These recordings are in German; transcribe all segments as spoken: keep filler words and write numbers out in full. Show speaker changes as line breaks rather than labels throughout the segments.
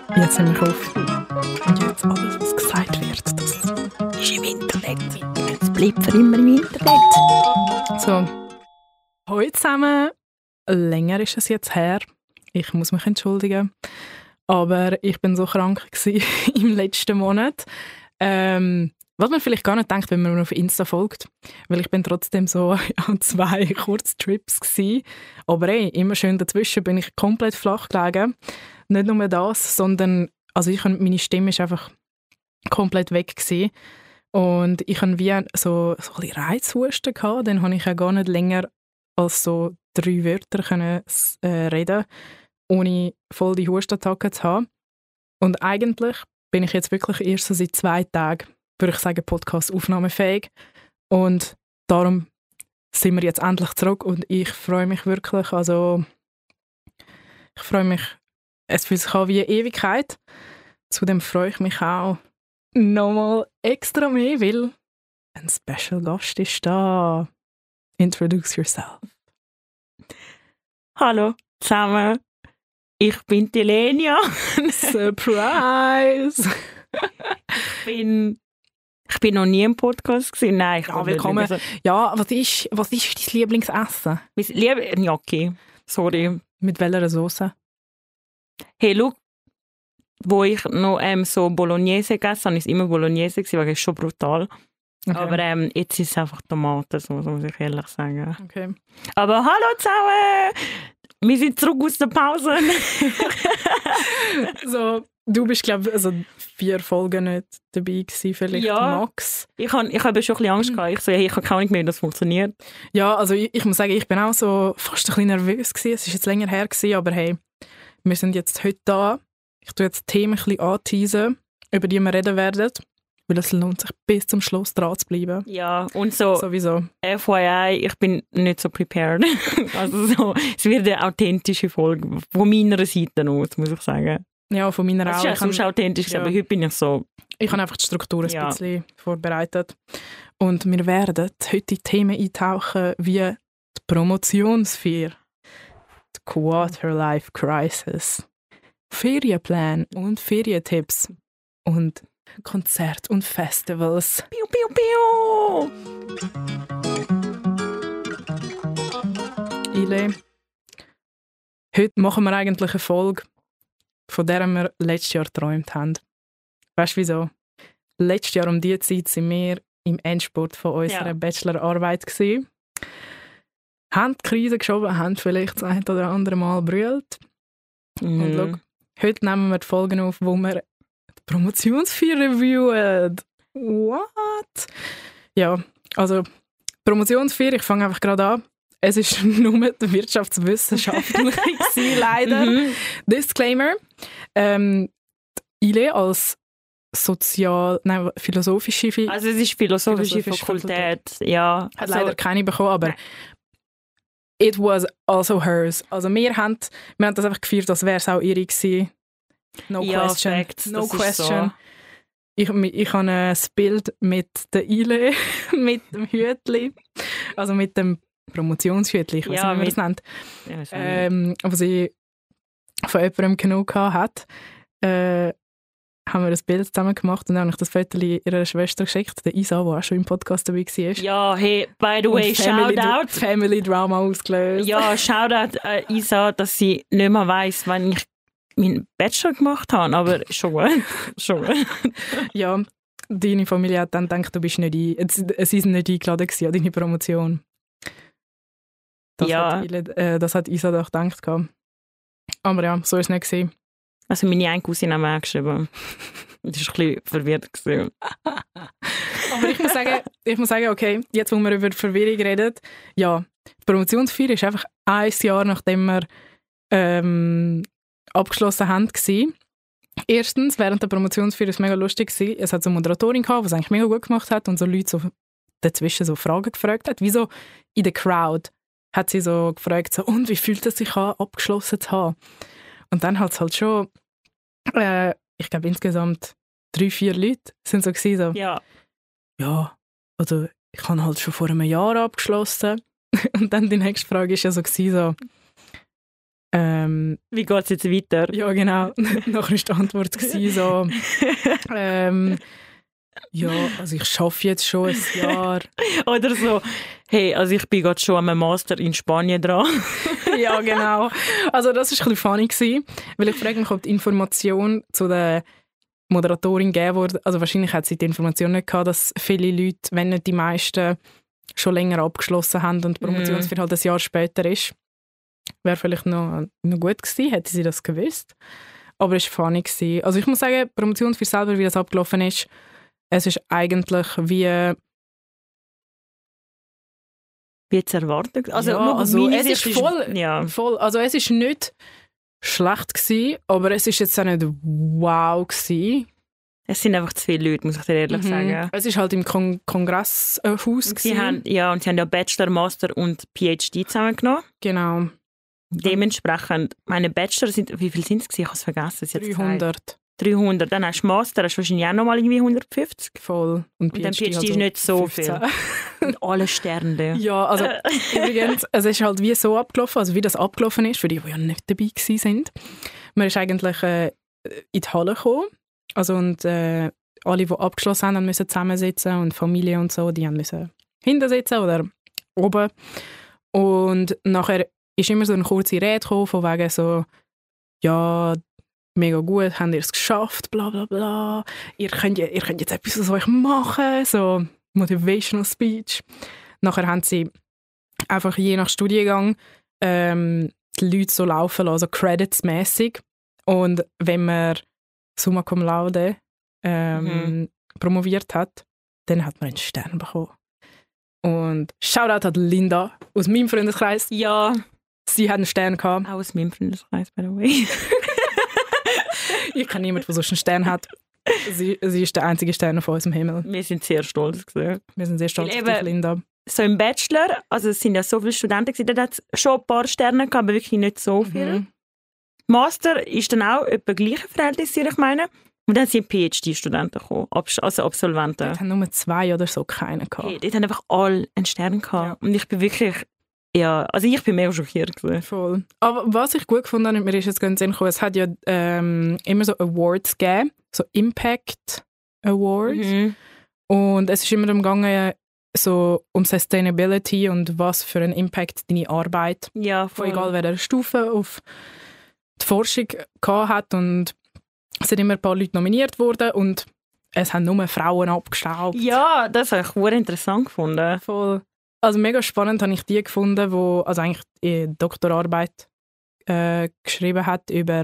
Jetzt nehme ich auf. Und jetzt alles, was gesagt wird, das ist im Internet. Es bleibt für immer im Internet. So, hallo zusammen. Länger ist es jetzt her. Ich muss mich entschuldigen. Aber ich bin so krank gewesen im letzten Monat. Ähm, was man vielleicht gar nicht denkt, wenn man mir auf Insta folgt. Weil ich bin trotzdem so an zwei Kurztrips gewesen. Aber ey, immer schön dazwischen bin ich komplett flach gelegen. Nicht nur das, sondern also ich, meine Stimme ist einfach komplett weg gewesen. Und ich hatte wie so, so ein bisschen Reizhusten gehabt. Dann konnte ich ja gar nicht länger als so drei Wörter können, äh, reden, ohne voll die Hustattacke zu haben. Und eigentlich bin ich jetzt wirklich erst so seit zwei Tagen, würde ich sagen, Podcast aufnahmefähig. Und darum sind wir jetzt endlich zurück und ich freue mich wirklich, also ich freue mich, es fühlt sich an wie eine Ewigkeit. Zudem freue ich mich auch nochmal extra mehr, weil ein Special Gast ist da. Introduce yourself.
Hallo zusammen, ich bin die Lenia.
Surprise!
ich, bin, ich bin noch nie im Podcast gewesen. Nein, ich
ja, willkommen. So. Ja, was ist, was ist dein Lieblingsessen?
Mein Lieb- Gnocchi, sorry.
Mit welcher Soße?
Hey, schau, wo ich noch ähm, so Bolognese gegessen habe, war es immer Bolognese, weil es schon brutal. Okay. Aber ähm, jetzt ist es einfach Tomaten, so muss ich ehrlich sagen.
Okay.
Aber hallo zusammen! Wir sind zurück aus der Pause.
So, du bist, glaube ich, also vier Folgen nicht dabei gewesen, vielleicht
ja,
Max.
Ich habe ich hab schon ein bisschen Angst gehabt. Ich so, hey, ich habe keine Ahnung mehr, wie das funktioniert.
Ja, also ich, ich muss sagen, ich bin auch so fast ein bisschen nervös gewesen. Es war jetzt länger her gewesen, aber hey, wir sind jetzt heute da. Ich tue jetzt Themen ein bisschen anteasen, über die wir reden werden. Weil es lohnt sich, bis zum Schluss dran zu bleiben.
Ja, und so,
sowieso.
F Y I, ich bin nicht so prepared. Also so, es wird eine authentische Folge, von meiner Seite aus, muss ich sagen.
Ja, von meiner
auch.
Es
ist ja sonst authentisch, ja. Aber heute bin ich so...
Ich habe einfach die Struktur ein
ja.
bisschen vorbereitet. Und wir werden heute in Themen eintauchen, wie die Promotionsfeier, die Quarter-Life Crisis, Ferienplan und Ferientipps und Konzerte und Festivals.
Piu, piu, piu!
Ile, heute machen wir eigentlich eine Folge, von der wir letztes Jahr geträumt haben. Weißt du wieso? Letztes Jahr um diese Zeit waren wir im Endspurt von unserer ja. Bachelorarbeit gewesen. Haben die Krise geschoben, haben vielleicht das ein oder andere Mal brüllt. Mhm. Und schau, heute nehmen wir die Folgen auf, wo wir Promotionsfeier reviewen. What? Ja, also Promotionsfeier, ich fange einfach gerade an. Es ist nur die wirtschaftswissenschaftliche leider. Mhm. Disclaimer. Ähm, Ile als sozial, nein, philosophische Fakultät.
Also es ist philosophische, philosophische Fakultät, Fakultät, ja.
Hat also, leider keine bekommen, aber it was also hers. Also wir haben, wir haben das einfach gefeiert, als wäre es auch ihre gewesen. No
ja,
question.
Facts,
no question.
So.
Ich, ich habe ein Bild mit der Ile, mit dem Hütli, also mit dem Promotionshütli, ich weiß
ja,
nicht, wie man das nennt,
ja,
ähm, was sie von jemandem genug hat. Äh, haben wir ein Bild zusammen gemacht und dann habe ich das Foto ihrer Schwester geschickt, der Isa, die auch schon im Podcast dabei war.
Ja, hey, by the way, Shoutout.
Family Drama ausgelöst.
Ja, Shoutout äh, Isa, dass sie nicht mehr weiss, wann ich meinen Bachelor gemacht habe, aber schon gut. schon gut.
Ja, deine Familie hat dann gedacht, du bist nicht ein, sie sind nicht eingeladen gewesen an deine Promotion. Das,
ja.
hat, äh, das hat Isa doch gedacht. Aber ja, so war es nicht gewesen.
Also meine eine Cousine hat mir geschrieben. Das war ein bisschen verwirrt.
Aber ich muss, sagen, ich muss sagen, okay, jetzt wo wir über die Verwirrung reden, ja, die Promotionsfeier ist einfach ein Jahr, nachdem wir ähm, abgeschlossen haben, gewesen. Erstens, während der Promotionsfeier war es mega lustig gewesen. Es hat so eine Moderatorin gehabt, die es eigentlich mega gut gemacht hat und so Leute so dazwischen so Fragen gefragt hat. Wie so in der Crowd hat sie so gefragt, so, und wie fühlt es sich an, abgeschlossen zu haben? Und dann hat es halt schon, äh, ich glaube insgesamt drei, vier Leute sind so gewesen, so,
ja.
ja, also ich habe halt schon vor einem Jahr abgeschlossen. Und dann die nächste Frage war ja so, gewesen, so Ähm,
Wie geht es jetzt weiter?
Ja, genau. Nachher war die Antwort gewesen, so, ähm, ja, also ich arbeite jetzt schon ein Jahr.
Oder so, hey, also ich bin gerade schon am Master in Spanien dran.
Ja, genau. Also das war ein bisschen funny gewesen, weil ich frage mich, ob die Information zu der Moderatorin gegeben wurde. Also wahrscheinlich hat sie die Information nicht gehabt, dass viele Leute, wenn nicht die meisten, schon länger abgeschlossen haben und die Promotionsfeier halt ein Jahr später ist. Wäre vielleicht noch, noch gut gewesen, hätte sie das gewusst. Aber es war funny gewesen. Also ich muss sagen, die Promotionsfeier selber, wie das abgelaufen ist, es ist eigentlich wie...
Wie zu erwarten. Also,
ja, also es ist voll,
ist, ja.
voll... Also es ist nicht schlecht gewesen, aber es ist jetzt auch nicht wow gewesen.
Es sind einfach zu viele Leute, muss ich dir ehrlich
mhm.
sagen.
Es ist halt im Kon- Kongresshaus
und sie haben, ja, und sie haben ja Bachelor, Master und PhD zusammengenommen.
Genau.
Dementsprechend, meine Bachelor sind, wie viel sind es gewesen? Ich habe es vergessen. Sie
dreihundert.
dreihundert. Dann hast du Master, hast du wahrscheinlich auch nochmal irgendwie hundertfünfzig.
Voll. Und,
und dann PhD
also
ist nicht so
fünfzehn.
viel. Und alle Sterne.
Ja, also übrigens, es ist halt wie so abgelaufen, also wie das abgelaufen ist, für die, die ja nicht dabei gewesen sind. Man ist eigentlich äh, in die Halle gekommen, also und äh, alle, die abgeschlossen haben, müssen zusammensitzen und Familie und so, die müssen hinten sitzen oder oben. Und nachher ist immer so eine kurze Rede gekommen, von wegen so, ja, mega gut, habt ihr es geschafft, bla bla bla. Ihr könnt, ihr könnt jetzt etwas aus euch machen, so Motivational Speech. Nachher haben sie einfach je nach Studiengang ähm, die Leute so laufen lassen, so Credits-mässig. Und wenn man summa cum laude ähm, mhm. promoviert hat, dann hat man einen Stern bekommen. Und Shoutout an Linda aus meinem Freundeskreis.
Ja.
Sie hat einen Stern gehabt.
Auch aus meinem Freundeskreis, by the way.
Ich kenne niemanden, der so einen Stern hat. Sie, sie ist der einzige Stern auf unserem Himmel.
Wir sind sehr stolz gewesen.
Wir sind sehr stolz auf dich, Linda.
So im Bachelor, also es sind ja so viele Studenten gewesen, da hat es schon ein paar Sterne gehabt, aber wirklich nicht so viel. Mhm. Master ist dann auch etwa gleiche Verhältnis, ich meine. Und dann sind PhD-Studenten gekommen, also Absolventen.
Die haben nur zwei oder so keinen gehabt.
Hey, die haben einfach alle einen Stern gehabt. Ja. Und ich bin wirklich, ja, also ich bin mega schockiert gewesen.
Voll. Aber was ich gut gefunden habe, mir ist jetzt ganz gekommen, es hat ja ähm, immer so Awards gegeben, so Impact Awards. Mhm. Und es ist immer umgegangen, so um Sustainability und was für einen Impact deine Arbeit,
ja, voll.
Von egal welcher Stufe, auf die Forschung gehabt hat. Und es sind immer ein paar Leute nominiert worden und es haben nur Frauen abgestaubt.
Ja, das habe ich sehr interessant gefunden.
Voll. Also mega spannend habe ich die gefunden, die also eigentlich ihre Doktorarbeit äh, geschrieben hat über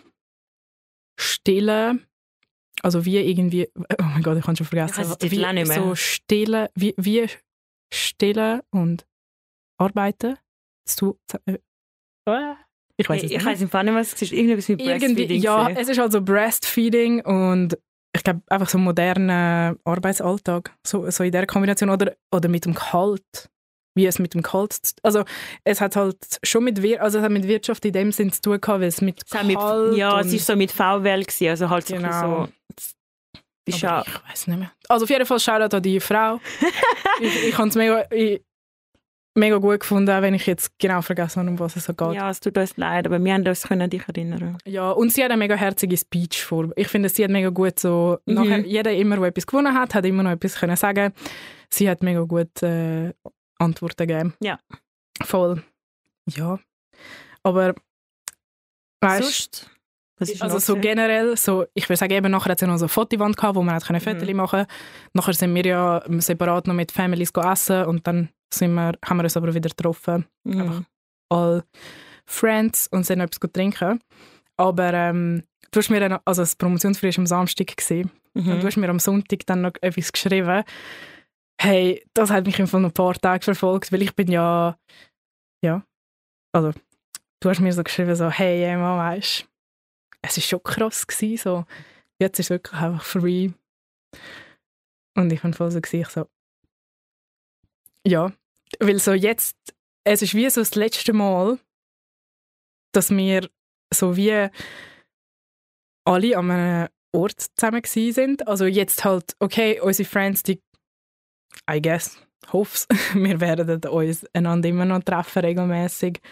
Stille. Also wie irgendwie, oh mein Gott, ich kann schon vergessen.
Ich
wie,
nicht mehr.
So Stille, wie, wie Stille und Arbeiten. Du, äh, ich weiß es
ich,
nicht.
Ich weiß im Fall nicht, was es ist. Irgendwas mit Breastfeeding.
Ja, es ist also Breastfeeding und ich glaube einfach so einen modernen Arbeitsalltag. So, so in dieser Kombination. Oder, oder mit dem Gehalt. Wie es mit dem Gehalt... Also es hat halt schon mit, Wir- also es hat mit Wirtschaft in dem Sinn zu tun gehabt, weil es mit
es
Gehalt...
Mit, ja, es war so mit V W L gewesen, also halt
genau.
so... Ist
ja, ich weiß nicht mehr. Also auf jeden Fall Shoutout an die Frau. ich ich habe es mega, ich, mega gut gefunden, auch wenn ich jetzt genau vergessen habe, um was es so geht.
Ja, es tut uns leid, aber wir haben uns können an dich erinnern.
Ja, und sie hat eine mega herzige Speech vor. Ich finde, sie hat mega gut so...
Mhm.
Nachher, jeder immer, der etwas gewonnen hat, hat immer noch etwas können sagen. Sie hat mega gut äh, Antworten gegeben.
Ja. Voll.
Ja. Aber
weißt
du, also so generell, so, ich würde sagen, eben nachher hat es ja noch so eine Fotowand gehabt, wo man hat mhm. Fotos machen konnte. Nachher sind wir ja separat noch mit Families essen und dann sind wir, haben wir uns aber wieder getroffen.
Mhm.
Einfach all Friends und sind noch etwas trinken. Aber ähm, du hast mir dann, also das Promotionsfrei war am Samstag gewesen, mhm. und du hast mir am Sonntag dann noch etwas geschrieben. Hey, das hat mich im Fall noch ein paar Tage verfolgt, weil ich bin ja, ja, also du hast mir so geschrieben, so, hey Emma, weisst, es war schon krass gewesen, so, jetzt ist es wirklich einfach vorbei. Und ich war voll so, ich so, ja, weil so jetzt, es ist wie so das letzte Mal, dass wir so wie alle an einem Ort zusammen gewesen sind. Also jetzt halt, okay, unsere Friends, die, I guess, hoff's, wir werden uns einander immer noch treffen, regelmäßig.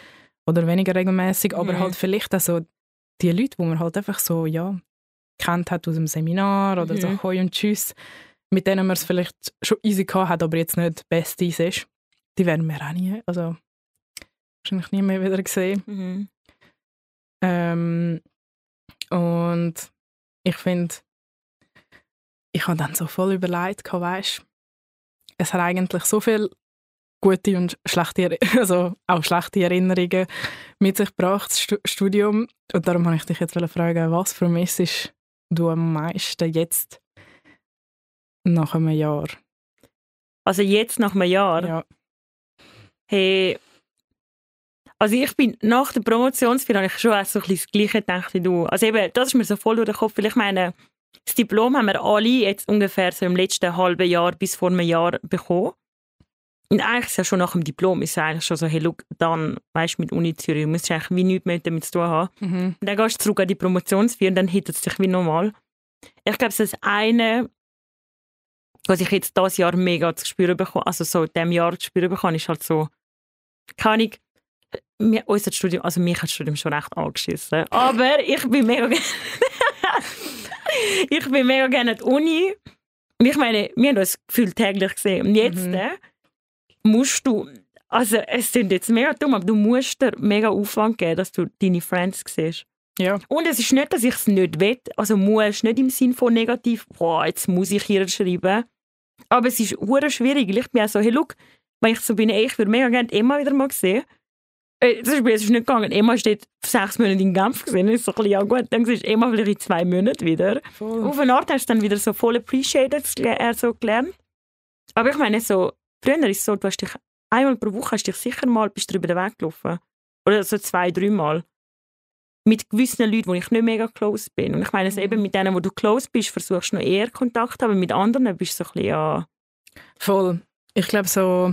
oder weniger regelmäßig,
Mhm.
aber halt vielleicht auch so die Leute, die man halt einfach so, ja, kennt hat aus dem Seminar oder so
Mhm.
Hoi und Tschüss, mit denen man es vielleicht schon easy gehabt hat, aber jetzt nicht Besties ist, die werden wir auch nie, also wahrscheinlich nie mehr wieder sehen.
Mhm.
Ähm, und ich finde, ich habe dann so voll überlegt, weißt, es hat eigentlich so viel gute und schlechte, also auch schlechte Erinnerungen mit sich gebracht, das Stu- Studium. Und darum wollte ich dich jetzt fragen, was vermisst du am meisten jetzt nach einem Jahr?
Also jetzt nach einem Jahr?
Ja.
Hey, also ich bin nach der Promotionsfeier habe ich schon auch so ein bisschen das Gleiche gedacht wie du. Also eben, das ist mir so voll durch den Kopf, weil ich meine, das Diplom haben wir alle jetzt ungefähr so im letzten halben Jahr bis vor einem Jahr bekommen. Und eigentlich ist es ja schon nach dem Diplom ist es eigentlich schon so, hey, look, dann, weißt du, mit Uni Zürich, du musst eigentlich wie nichts mehr damit zu tun haben.
Mhm.
Und dann gehst du zurück an die Promotionsfeier und dann hittet es dich wie normal. Ich glaube, das eine, was ich jetzt dieses Jahr mega zu spüren bekomme, also so in diesem Jahr zu spüren bekomme, ist halt so, keine Ahnung, mir, unser Studium, also mich hat das Studium schon recht angeschissen. Aber ich bin mega gerne ich bin mega gerne an der Uni. Und ich meine, wir haben das Gefühl täglich gesehen. Und jetzt
Mhm.
äh, musst du, also es sind jetzt mega dumm, aber du musst dir mega Aufwand geben, dass du deine Friends siehst.
Ja.
Und es ist nicht, dass ich es nicht will, also muss nicht im Sinn von negativ, boah, jetzt muss ich hier schreiben. Aber es ist hure schwierig. Ich bin auch so, hey, look, wenn ich so bin, ey, ich würde mega gerne Emma wieder mal sehen. Äh, zum Beispiel, es ist nicht gegangen. Emma steht sechs Monate in Genf gesehen. Ist so ein bisschen, ja gut, dann siehst du Emma vielleicht in zwei Monaten wieder.
Voll.
Auf eine Art hast du dann wieder so voll appreciated äh, so gelernt. Aber ich meine, so, früher ist es so, du hast dich einmal pro Woche hast dich sicher mal bist du über den Weg gelaufen. Oder so zwei, dreimal. Mit gewissen Leuten, wo ich nicht mega close bin. Und ich meine, also eben mit denen, wo du close bist, versuchst du noch eher Kontakt zu haben. Mit anderen bist du so ein bisschen, ja...
Voll. Ich glaube so,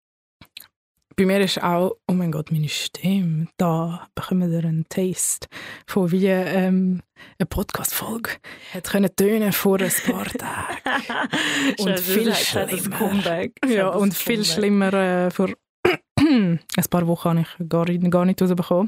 bei mir ist auch, oh mein Gott, meine Stimme, da bekommen wir einen Taste von wie ähm, eine Podcast-Folge hat können tönen vor ein paar Tagen. Und
Scheiße,
viel
das ist halt das
schlimmer.
Comeback.
Ja,
Das
und viel
Comeback.
schlimmer äh, vor ein paar Wochen habe ich gar, nicht- gar nicht rausbekommen.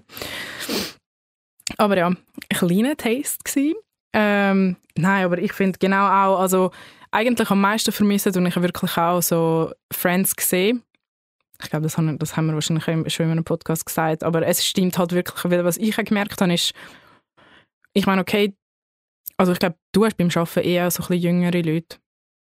Aber ja, ein kleiner Taste gsi. Ähm, nein, aber ich finde genau auch, also eigentlich am meisten vermissen und ich habe wirklich auch so Friends gesehen. Ich glaube, das haben, das haben wir wahrscheinlich schon in einem Podcast gesagt, aber es stimmt halt wirklich, weil was ich auch gemerkt habe, ist, ich meine, okay, also ich glaube, du hast beim Arbeiten eher so ein bisschen jüngere Leute.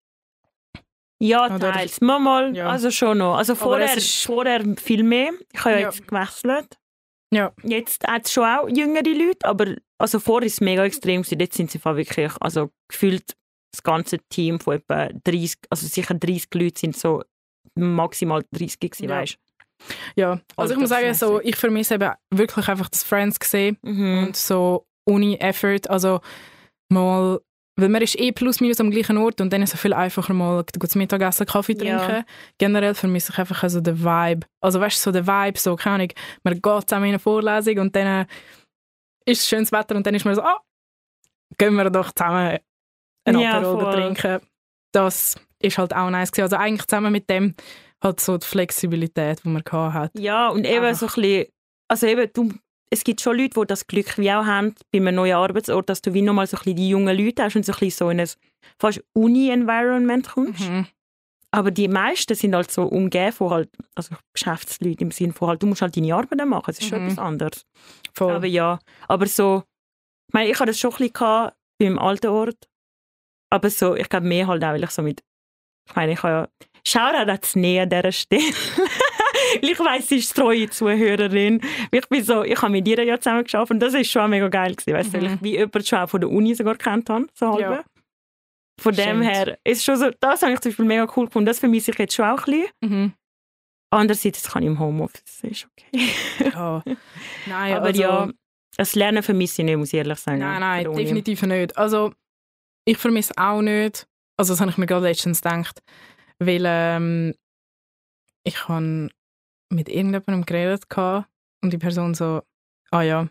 Ja,
Oder-
teils. Manchmal,
Ja.
also schon noch. Also vorher,
es ist-
vorher viel mehr. Ich habe ja,
Ja.
jetzt gewechselt.
Ja.
Jetzt hat es schon auch jüngere Leute, aber also vorher ist es mega extrem gewesen. Jetzt sind sie einfach wirklich, also gefühlt das ganze Team von etwa dreißig, also sicher dreißig Leute sind so maximal dreißig gewesen,
Ja.
weißt
Ja, also ich muss sagen, so,
Altersmässig.
ich vermisse eben wirklich einfach das Friends gesehen.
du. Mhm.
Und so Uni-Effort, also mal, weil man ist eh plus minus am gleichen Ort und dann ist es so viel einfacher mal gutes Mittagessen, Kaffee
Ja.
trinken. Generell vermisse ich einfach so den Vibe. Also weißt du, so der Vibe, so, keine Ahnung, man geht zusammen in eine Vorlesung und dann ist es schönes Wetter und dann ist man so, ah, gehen wir doch zusammen einen
Ja,
Aperol
voll.
trinken. Das ist halt auch nice gewesen. Also eigentlich zusammen mit dem halt so die Flexibilität, die man gehabt hat.
Ja, und eben
Einfach.
so ein bisschen, also eben, du, es gibt schon Leute, die das Glück wie auch haben, bei einem neuen Arbeitsort, dass du wie nochmal so ein bisschen die jungen Leute hast und so ein bisschen so in ein fast Uni-Environment kommst.
Mhm.
Aber die meisten sind halt so umgeben von halt, also Geschäftsleute im Sinne von halt, du musst halt deine Arbeit machen, es ist schon
Mhm.
etwas anderes.
Voll.
Aber ja, aber so, ich meine, ich hatte das schon ein bisschen gehabt beim alten Ort, aber so, ich glaube mehr halt auch, weil ich so mit, ich meine, ich habe ja, Shoutout an Snee an dieser Stelle. Ich weiss, sie ist treue Zuhörerin. Ich bin so, ich habe mit ihr ja zusammen gearbeitet und das ist schon mega geil gewesen, weißt du, weil
Mhm.
ich wie jemand schon auch von der Uni sogar kennt habe, so halbe.
Ja.
Von dem
Stimmt.
her ist schon so, das habe ich zum Beispiel mega cool gefunden. Das vermisse ich jetzt schon auch ein bisschen.
Mhm.
Andererseits kann ich im Homeoffice, das ist okay.
Ja. Nein,
Aber
also,
ja, das Lernen vermisse ich nicht, muss ich ehrlich sagen.
Nein,
von
nein,
der Uni.
definitiv nicht. Also, ich vermisse auch nicht. Also, das habe ich mir gerade letztens gedacht. Weil ähm, ich habe mit irgendjemandem geredet gehabt und die Person so, ah ja,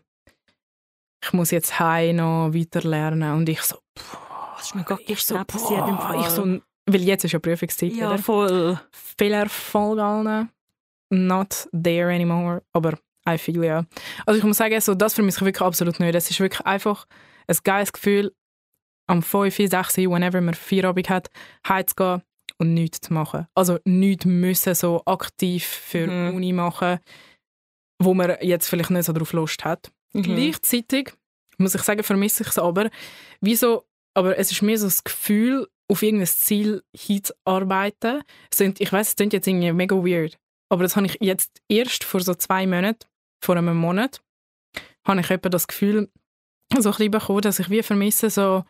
ich muss jetzt heim noch weiter lernen. Und ich so, boah,
Das ist mir gerade
ich
gestern
so,
auch passiert im
boah,
Fall.
ich so, weil jetzt ist ja Prüfungszeit
Ja,
wieder.
voll.
Viel Erfolg allen. Not there anymore. Aber I feel, ja. Also ich muss sagen, so, das vermisse ich wirklich absolut nicht. Es ist wirklich einfach ein geiles Gefühl, am fünf, sechs, whenever man Feierabend hat, heimzugehen und nichts zu machen. Also nichts müssen so aktiv für
Mhm.
Uni machen, wo man jetzt vielleicht nicht so drauf Lust hat.
Mhm.
Gleichzeitig, muss ich sagen, vermisse ich es aber. Wieso? Aber es ist mehr so das Gefühl, auf irgendein Ziel hinzuarbeiten. Es klingt- Ich weiss, es klingt jetzt irgendwie mega weird, aber das habe ich jetzt erst vor so zwei Monaten, vor einem Monat, habe ich etwa das Gefühl so ein bisschen bekommen, dass ich wie vermisse, so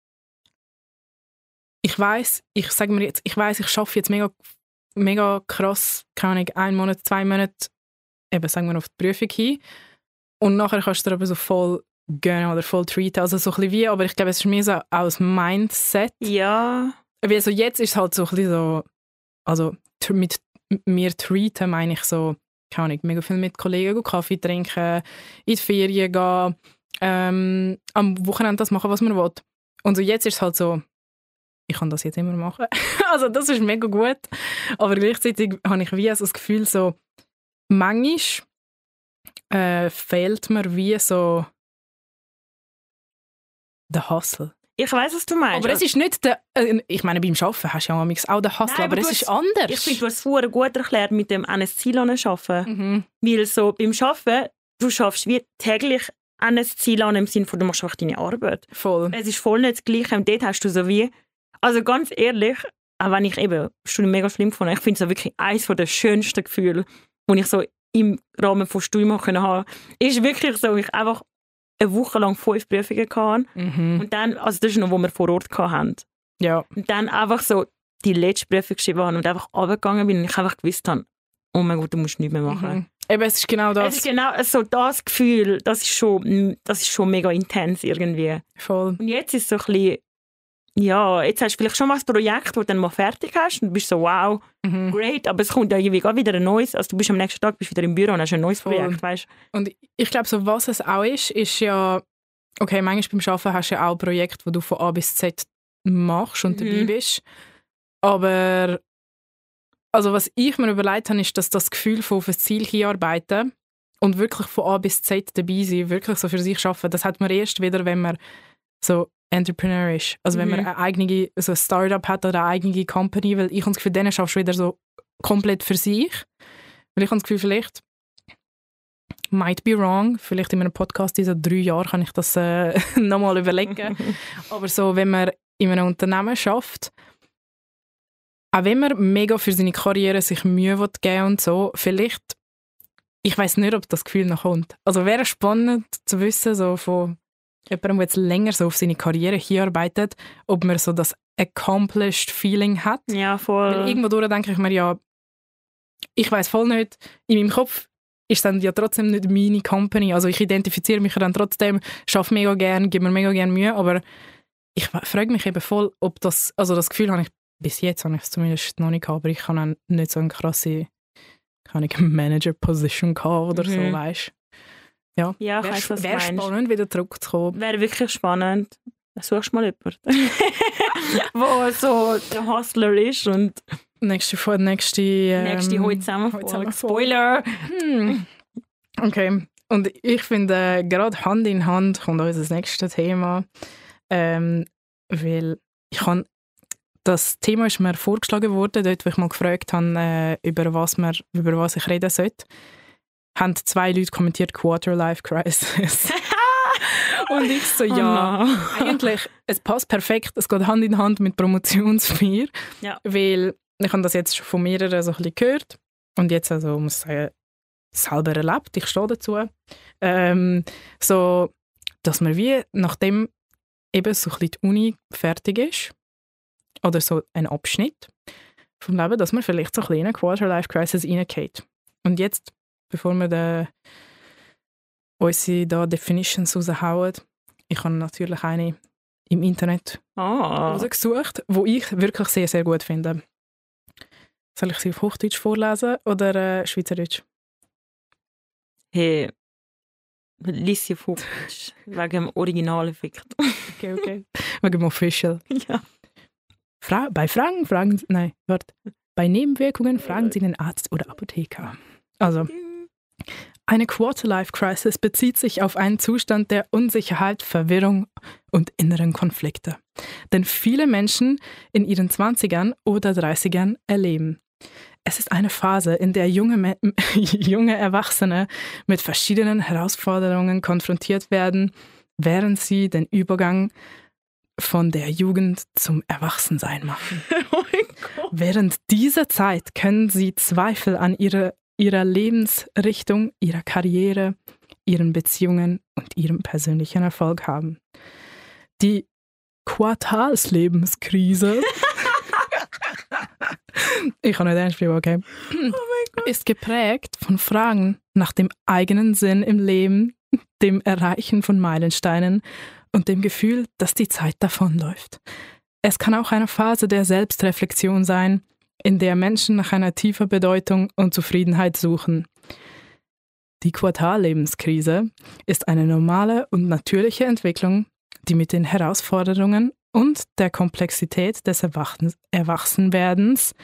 ich weiss, ich sage mir jetzt, ich weiss, ich arbeite jetzt mega, mega krass, keine Ahnung, einen Monat, zwei Monate, eben sagen wir auf die Prüfung hin und nachher kannst du dir aber so voll gönnen oder voll treaten, also so ein bisschen wie, aber ich glaube, es ist mehr so aus Mindset.
Ja.
Weil so jetzt ist es halt so ein bisschen so, also tr- mit mir treaten meine ich so, keine Ahnung, mega viel mit Kollegen gehen, Kaffee trinken, in die Ferien gehen, ähm, am Wochenende das machen, was man will. Und so jetzt ist es halt so, ich kann das jetzt immer machen. Also das ist mega gut. Aber gleichzeitig habe ich wie so das Gefühl, so manchmal äh, fehlt mir wie so der Hustle.
Ich weiss, was du meinst.
Aber es ist nicht der, äh, ich meine, beim Arbeiten hast du ja manchmal auch den Hustle,
Nein,
aber
aber
es
du
ist
hast-
anders.
Ich finde, du hast es vorher gut erklärt mit dem an ein Ziel arbeiten.
Mhm.
Weil so beim Arbeiten, du schaffst wie täglich an ein Ziel an, im Sinne von, du machst einfach deine Arbeit.
Voll.
Es ist voll nicht das Gleiche und dort hast du so wie, also ganz ehrlich, auch wenn ich eben Studium mega schlimm fand, ich finde es so wirklich eines der schönsten Gefühle, die ich so im Rahmen von Studium haben konnte, ist wirklich so, ich einfach eine Woche lang fünf Prüfungen hatte
Mhm.
und dann, also das ist noch, wo wir vor Ort hatten,
Ja.
und dann einfach so die letzte Prüfung geschrieben habe und einfach runtergegangen bin und ich einfach gewusst habe, oh mein Gott, du musst nichts mehr machen.
Mhm. Eben, es ist genau das.
Es ist genau so das Gefühl, das ist schon, das ist schon mega intens irgendwie.
Voll.
Und jetzt ist es so ein bisschen, ja, jetzt hast du vielleicht schon mal ein Projekt, das du dann mal fertig hast und du bist so, wow,
Mhm.
great, aber es kommt ja irgendwie gerade wieder ein neues, also du bist am nächsten Tag bist wieder im Büro und hast ein neues
Voll.
Projekt, weißt du?
Und ich glaube, so was es auch ist, ist ja, okay, manchmal beim Arbeiten hast du ja auch Projekte, wo du von A bis Z machst und
Mhm.
dabei bist. Aber also was ich mir überlegt habe, ist, dass das Gefühl von auf ein Ziel hinarbeiten und wirklich von A bis Z dabei sein, wirklich so für sich arbeiten, das hat man erst wieder, wenn man so Entrepreneur ist. Also wenn man
Mhm.
eine eigene so ein Startup hat oder eine eigene Company, weil ich habe das Gefühl, denen schaffst du wieder so komplett für sich. Weil ich habe das Gefühl, vielleicht might be wrong, vielleicht in einem Podcast in so drei Jahren kann ich das äh, nochmal überlegen. Aber so, wenn man in einem Unternehmen schafft, auch wenn man mega für seine Karriere sich Mühe will geben und so, vielleicht, ich weiß nicht, ob das Gefühl noch kommt. Also wäre spannend zu wissen, so von jemandem, der jetzt länger so auf seine Karriere hinarbeitet, ob man so das accomplished Feeling hat.
Ja, voll.
Weil irgendwo durch denke ich mir, ja, ich weiß voll nicht, in meinem Kopf ist dann ja trotzdem nicht meine Company. Also ich identifiziere mich ja dann trotzdem, schaffe mega gern, gebe mir mega gern Mühe, aber ich frage mich eben voll, ob das, also das Gefühl habe ich, bis jetzt habe ich es zumindest noch nicht gehabt, aber ich habe dann nicht so eine krasse, keine Manager-Position gehabt oder so,
Mhm.
weißt du. Ja,
Ja, ich
wäre
weiss, was du
wär
meinst.
spannend, wieder zurückzukommen.
Wäre wirklich spannend. Suchst mal jemanden, der so der Hustler ist und
Nächste Folge, nächste... Ähm,
nächste heute zusammen
heute zusammen
Spoiler!
Hm. Okay, und ich finde, äh, gerade Hand in Hand kommt unser nächstes Thema, ähm, weil ich kann, das Thema ist mir vorgeschlagen worden, dort, wo ich mal gefragt habe, äh, über, was man, über was ich reden sollte, haben zwei Leute kommentiert, Quarter-Life-Crisis. Und ich so, ja,
Oh no.
eigentlich, es passt perfekt, es geht Hand in Hand mit Promotionsfeier,
Ja.
weil ich habe das jetzt schon von mehreren so ein bisschen gehört und jetzt also, muss ich sagen, selber erlebt, ich stehe dazu, ähm, so, dass man wie, nachdem eben so ein bisschen die Uni fertig ist, oder so ein Abschnitt vom Leben, dass man vielleicht so ein bisschen in eine Quarter-Life-Crisis reingeht. Und jetzt, bevor wir den, unsere da Definitions raushauen, ich habe natürlich eine im Internet
Ah.
rausgesucht, wo ich wirklich sehr, sehr gut finde. Soll ich sie auf Hochdeutsch vorlesen oder äh, Schweizerdeutsch?
Hey, lies sie auf Hochdeutsch, wegen dem Originaleffekt.
Okay, okay. Wegen dem Official.
Ja.
Fra bei Fragen, fragen Sie, nein, warte. Bei Nebenwirkungen fragen Sie den Arzt oder Apotheker. Also, Eine Quarter-Life-Crisis bezieht sich auf einen Zustand der Unsicherheit, Verwirrung und inneren Konflikte, den viele Menschen in ihren zwanzigern oder dreißigern erleben. Es ist eine Phase, in der junge, Me- junge Erwachsene mit verschiedenen Herausforderungen konfrontiert werden, während sie den Übergang von der Jugend zum Erwachsensein machen.
Oh mein Gott.
Während dieser Zeit können sie Zweifel an ihre, ihrer Lebensrichtung, ihrer Karriere, ihren Beziehungen und ihrem persönlichen Erfolg haben. Die Quartalslebenskrise ich kann nicht ernst bleiben, okay.
Oh mein Gott.
Ist geprägt von Fragen nach dem eigenen Sinn im Leben, dem Erreichen von Meilensteinen und dem Gefühl, dass die Zeit davonläuft. Es kann auch eine Phase der Selbstreflexion sein, in der Menschen nach einer tiefer Bedeutung und Zufriedenheit suchen. Die Quartallebenskrise ist eine normale und natürliche Entwicklung, die mit den Herausforderungen und der Komplexität des Erwachsen- Erwachsenwerdens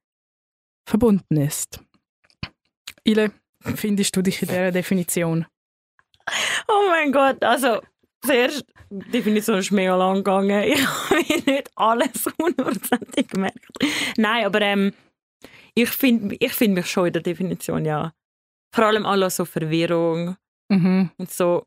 verbunden ist. Ile, findest du dich in dieser Definition?
Oh mein Gott, also zuerst, die Definition ist mega lang gegangen. Ich habe mir nicht alles hundertprozentig gemerkt. Nein, aber ähm, ich finde ich find mich schon in der Definition, ja. Vor allem alle so Verwirrung
Mhm.
und so.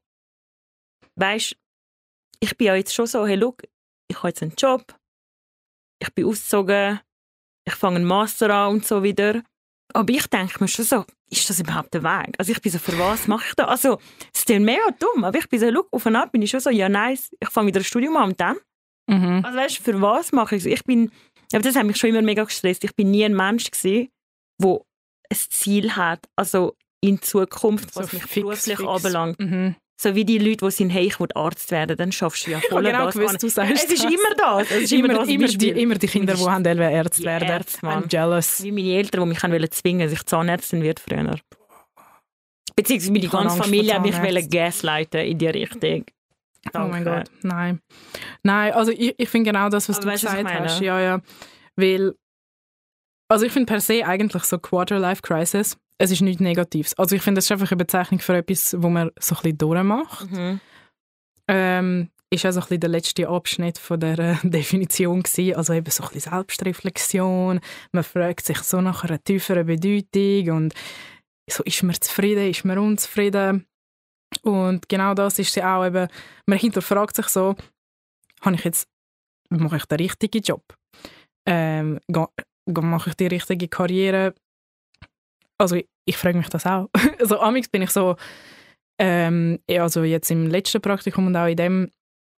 Weißt, ich bin ja jetzt schon so, hey, look, ich habe jetzt einen Job, ich bin ausgezogen, ich fange einen Master an und so wieder. Aber ich denke mir schon so, ist das überhaupt der Weg? Also ich bin so, für was mache ich da? Also, es ist mega dumm, aber ich bin so, look, auf eine Art bin ich schon so, ja nice, ich fange wieder ein Studium an und dann?
Mhm.
Also weißt du, für was mache ich es? Ich bin, aber das hat mich schon immer mega gestresst. Ich bin nie ein Mensch gewesen, der ein Ziel hat, also in Zukunft, was
So
mich
fix,
beruflich
fix.
anbelangt.
Mhm.
So wie die Leute, die sind, hey, ich will Arzt werden, dann schaffst du ja voll
Ich habe genau
das
gewusst,
an.
du sagst
Es ist
das.
immer das. Es ist immer,
Immer,
das
immer,
Beispiel.
die, immer die Kinder, die haben wollen Ärzte
Die
werden.
Ärzte, Mann.
I'm jealous.
Wie meine Eltern, die mich haben wollen zwingen, dass ich Zahnärztin werde früher. Beziehungsweise meine
Ich habe
ganze
Angst
Familie
vor
hat mich
Zahnärzten.
wollen gaslighten in die Richtung.
Oh mein
Danke.
Gott, nein. Nein, also ich, ich finde genau das, was
Aber
du
weißt du, was
gesagt
ich meine?
hast. Ja, ja. Weil, also ich finde per se eigentlich so Quarter-Life-Crisis, es ist nichts Negatives. Also ich finde, das ist einfach eine Bezeichnung für etwas, wo man so ein bisschen durchmacht.
Mhm.
Ähm, ist auch so ein bisschen der letzte Abschnitt von dieser Definition gewesen. Also eben so ein bisschen Selbstreflexion. Man fragt sich so nach einer tieferen Bedeutung und so, ist man zufrieden, ist man unzufrieden? Und genau das ist sie auch eben, man hinterfragt sich so, habe ich jetzt, mache ich den richtigen Job? Ähm, ga- ga- mache ich die richtige Karriere? Also ich, ich frage mich das auch. Also amigs bin ich so, ähm, ja, also jetzt im letzten Praktikum und auch in dem,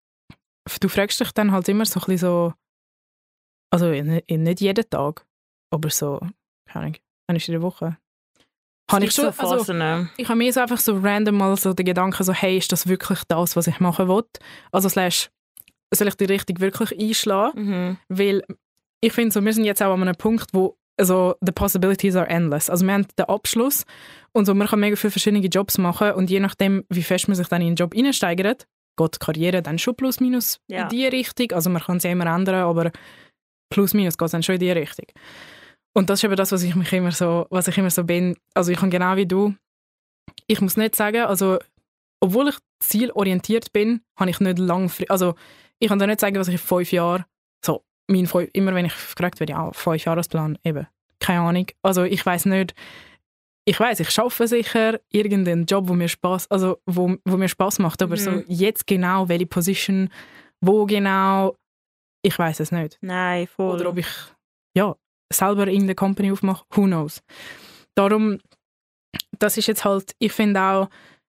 du fragst dich dann halt immer so ein bisschen so, also in, in nicht jeden Tag, aber so, keine Ahnung, einmal in der Woche. Habe ich
Es
schon,
gibt so
also,
Phasen, ne?
ich habe mir so einfach so random mal so den Gedanken so, hey, ist das wirklich das, was ich machen will? Also slash, soll ich die Richtung wirklich einschlagen?
Mhm.
Weil ich finde so, wir sind jetzt auch an einem Punkt, wo also the possibilities are endless. Also wir haben den Abschluss und so, man kann mega viele verschiedene Jobs machen und je nachdem, wie fest man sich dann in einen Job reinsteigert, geht die Karriere dann schon plus minus
Ja.
in die Richtung. Also man kann es ja immer ändern, aber plus minus geht es dann schon in die Richtung. Und das ist eben das, was ich mich immer so, was ich immer so bin. Also ich kann genau wie du, ich muss nicht sagen, also obwohl ich zielorientiert bin, habe ich nicht langfristig, also ich kann dir nicht sagen, was ich in fünf Jahren, so, mein fünf, immer wenn ich gefragt werde, ja, fünf Jahresplan, eben, keine Ahnung. Also ich weiß nicht, ich weiß, ich schaffe sicher irgendeinen Job, wo mir Spaß, also wo, wo mir Spaß macht, aber
Mhm.
so jetzt genau, welche Position, wo genau, ich weiß es nicht.
Nein, voll.
Oder ob ich, ja, selber irgendeine Company aufmache, who knows. Darum, das ist jetzt halt, ich finde auch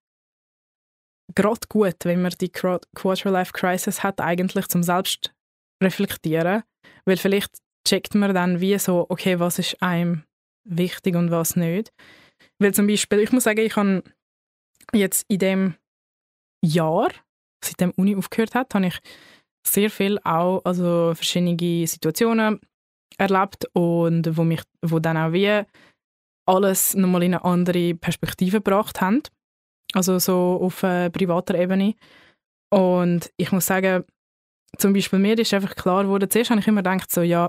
gerade gut, wenn man die Quarter-Life-Crisis hat, eigentlich zum selbst reflektieren, weil vielleicht checkt man dann wie so, okay, was ist einem wichtig und was nicht. Weil zum Beispiel, ich muss sagen, ich habe jetzt in dem Jahr, seitdem die Uni aufgehört hat, habe ich sehr viel auch, also verschiedene Situationen erlebt und wo mich, wo dann auch wie alles nochmal in eine andere Perspektive gebracht haben. Also so auf äh, privater Ebene. Und ich muss sagen, zum Beispiel mir ist einfach klar geworden, zuerst habe ich immer gedacht, so ja,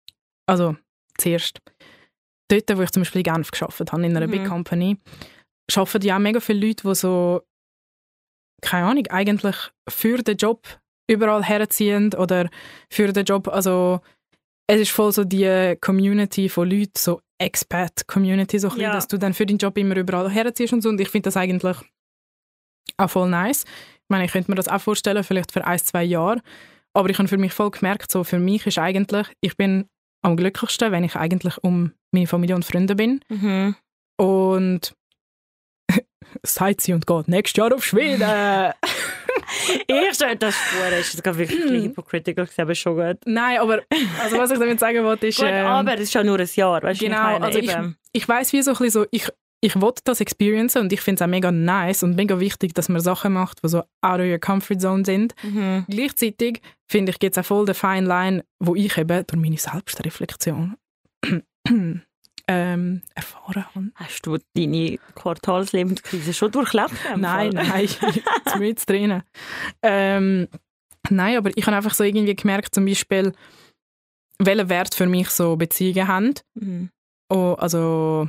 also zuerst, dort, wo ich zum Beispiel in Genf gearbeitet habe, in einer
Mhm.
Big Company, arbeiten ja auch mega viele Leute, die so, keine Ahnung, eigentlich für den Job überall herziehen oder für den Job, also es ist voll so die Community von Leuten, so Expat-Community, so ein bisschen,
Ja.
dass du dann für deinen Job immer überall herziehst und so. Und ich finde das eigentlich auch voll nice. Ich meine, ich könnte mir das auch vorstellen, vielleicht für ein, zwei Jahre. Aber ich habe für mich voll gemerkt, so für mich ist eigentlich, ich bin am glücklichsten, wenn ich eigentlich um meine Familie und Freunde bin.
Mhm.
Und sagt sie und geht nächstes Jahr auf Schweden.
Ich stelle das vor, ist das wirklich ein bisschen hypocritical, aber schon gut.
Nein, aber also was ich damit sagen wollte, ist...
Gut,
ähm,
aber es ist schon nur ein Jahr, weißt du,
genau,
ich meine,
also ich,
eben.
ich weiss wie so ein bisschen so, ich, ich will das experiencen und ich finde es auch mega nice und mega wichtig, dass man Sachen macht, die so out of your comfort zone sind.
Mhm.
Gleichzeitig finde ich, gibt es auch voll den fine line, wo ich eben durch meine Selbstreflexion ähm, erfahren habe.
Hast du deine Quartalslebenskrise schon durchlebt? im
Nein,
Fall?
nein, zumindest drinnen. Ähm, nein, aber ich habe einfach so irgendwie gemerkt, zum Beispiel, welchen Wert für mich so Beziehungen haben.
Mhm.
Oh, also,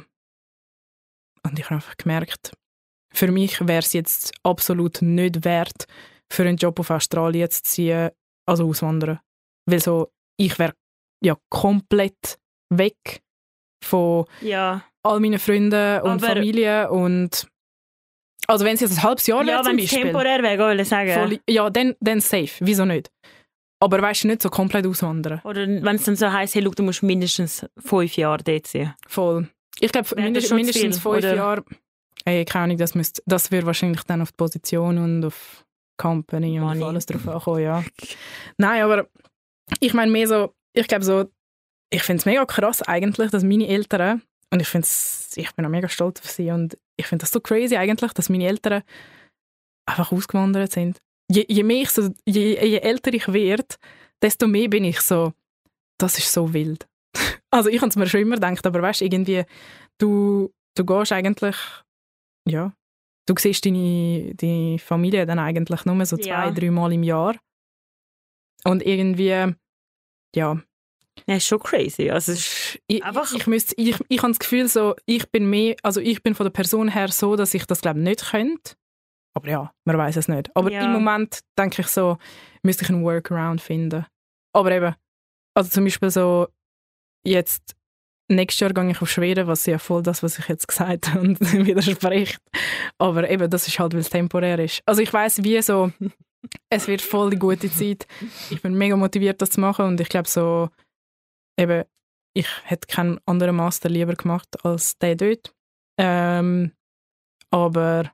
und ich habe einfach gemerkt, für mich wäre es jetzt absolut nicht wert, für einen Job auf Australien zu ziehen, also auswandern. Weil so, ich wäre ja komplett weg von
Ja,
all meinen Freunden und
Aber-
Familie und also wenn es jetzt ein halbes Jahr wäre
ja
zum
wenn es
Beispiel,
temporär wäre, würde ich sagen.
voll, ja, dann, dann safe, wieso nicht? Aber weißt du, nicht so komplett auswandern.
Oder wenn es dann so heisst, hey, schau, du musst mindestens fünf Jahre dort sein.
Voll. Ich glaube,
Wäre das
mindest,
schon zu
mindestens
viel,
fünf
oder?
Jahre. Ey, keine Ahnung, das, müsst, das würde wahrscheinlich dann auf die Position und auf Company und
Money.
auf alles drauf ankommen, ja. Nein, aber ich meine mehr so, ich glaube so, ich finde es mega krass eigentlich, dass meine Eltern, und ich finde ich bin auch mega stolz auf sie und ich finde das so crazy eigentlich, dass meine Eltern einfach ausgewandert sind. Je, je mehr ich so, je, je älter ich werde, desto mehr bin ich so, das ist so wild. Also ich habe es mir schon immer gedacht, aber weißt irgendwie, du, du gehst eigentlich, ja, du siehst deine, deine Familie dann eigentlich nur so zwei,
Ja.
drei Mal im Jahr. Und irgendwie, ja,
Das ist schon crazy. Also, es ist
ich,
Einfach-
ich, ich, müsste, ich, ich habe das Gefühl, so, ich bin mehr, also ich bin von der Person her so, dass ich das glaube nicht könnte. Aber ja, man weiß es nicht. Aber
Ja.
im Moment denke ich so, müsste ich einen Workaround finden. Aber eben, also zum Beispiel so, jetzt, nächstes Jahr gehe ich auf Schweden, was ja voll das, was ich jetzt gesagt habe und widerspricht. Aber eben, das ist halt, weil es temporär ist. Also ich weiss, wie so, es wird voll die gute Zeit. Ich bin mega motiviert, das zu machen und ich glaube so, eben, ich hätte keinen anderen Master lieber gemacht als der dort. Ähm, aber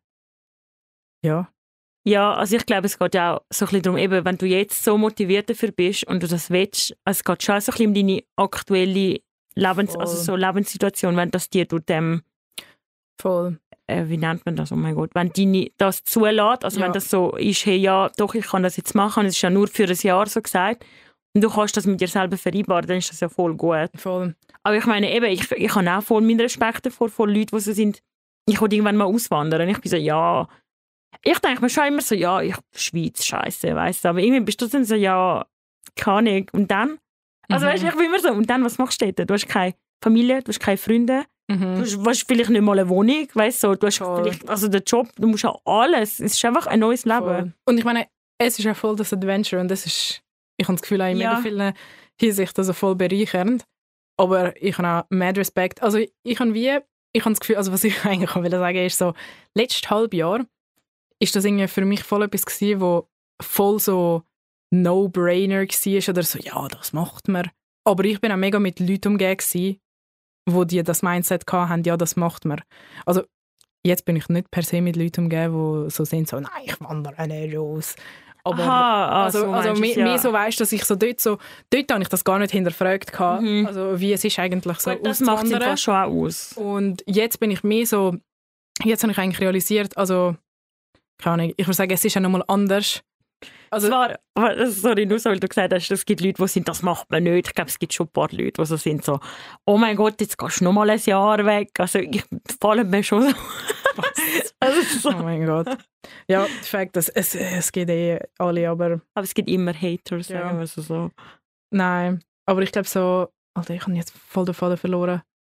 ja,
Ja, also ich glaube, es geht ja auch so ein bisschen darum, eben, wenn du jetzt so motiviert dafür bist und du das willst, also es geht schon so ein bisschen um deine aktuelle Lebens
Voll.
also so Lebenssituation, wenn das dir durch dem,
voll.
äh, wie nennt man das, oh mein Gott, wenn deine das zulässt, also
Ja.
wenn das so ist, hey, ja, doch, ich kann das jetzt machen, und es ist ja nur für ein Jahr so gesagt, und du kannst das mit dir selber vereinbaren, dann ist das ja voll gut.
voll.
Aber ich meine, eben, ich, ich habe auch voll meinen Respekt davor, vor Leuten, die so sind, ich will irgendwann mal auswandern. Und ich bin so, ja, ich denke mir schon immer so, ja, ich, Schweiz, scheiße, weißt du. Aber irgendwie bist du dann so, ja, keine Ahnung. Und dann, also
Mhm.
weißt du, ich bin immer so, und dann, was machst du dort? Du hast keine Familie, du hast keine Freunde, du
Mhm.
hast, hast vielleicht nicht mal eine Wohnung, weißt du, du hast
Voll.
vielleicht, also den Job, du musst auch alles. Es ist einfach ein neues Leben.
Voll. Und ich meine, es ist ja voll das Adventure und das ist, ich habe das Gefühl, auch in
Ja.
mega vielen Hinsichten also voll bereichernd. Aber ich habe auch mad Respekt. Also ich, ich habe wie, ich habe das Gefühl, also was ich eigentlich auch will sagen ist so, letztes Halbjahr ist das irgendwie für mich voll etwas gewesen, wo voll so No-Brainer war oder so, ja, das macht man. Aber ich bin auch mega mit Leuten umgeben gewesen, wo die das Mindset hatten, ja, das macht man. Also jetzt bin ich nicht per se mit Leuten umgeben, die so sind, so, nein, ich wandere nicht raus. Aber
Aha,
also,
so
also
meinst du
mehr,
es, ja.
mehr so weißt, dass ich so dort so, dort habe ich das gar nicht hinterfragt gehabt.
Mhm.
Also wie es ist eigentlich so
Gut, das macht es
auszuwandern.
einfach schon auch aus.
Und jetzt bin ich mehr so, jetzt habe ich eigentlich realisiert, also keine Ahnung, ich würde sagen, es ist ja nochmal anders. Also
Zwar, aber, sorry, nur so, weil du gesagt hast, es gibt Leute, die sind, das macht man nicht. Ich glaube, es gibt schon ein paar Leute, die so sind, so, oh mein Gott, jetzt gehst du noch mal ein Jahr weg. Also, ich falle mir schon so. also, so.
oh mein Gott. Ja, der Fakt, dass es, es geht eh alle, aber
Aber es gibt immer Haters,
Ja.
sagen wir so. so.
nein. Aber ich glaube so, Alter, ich habe jetzt voll den Faden verloren.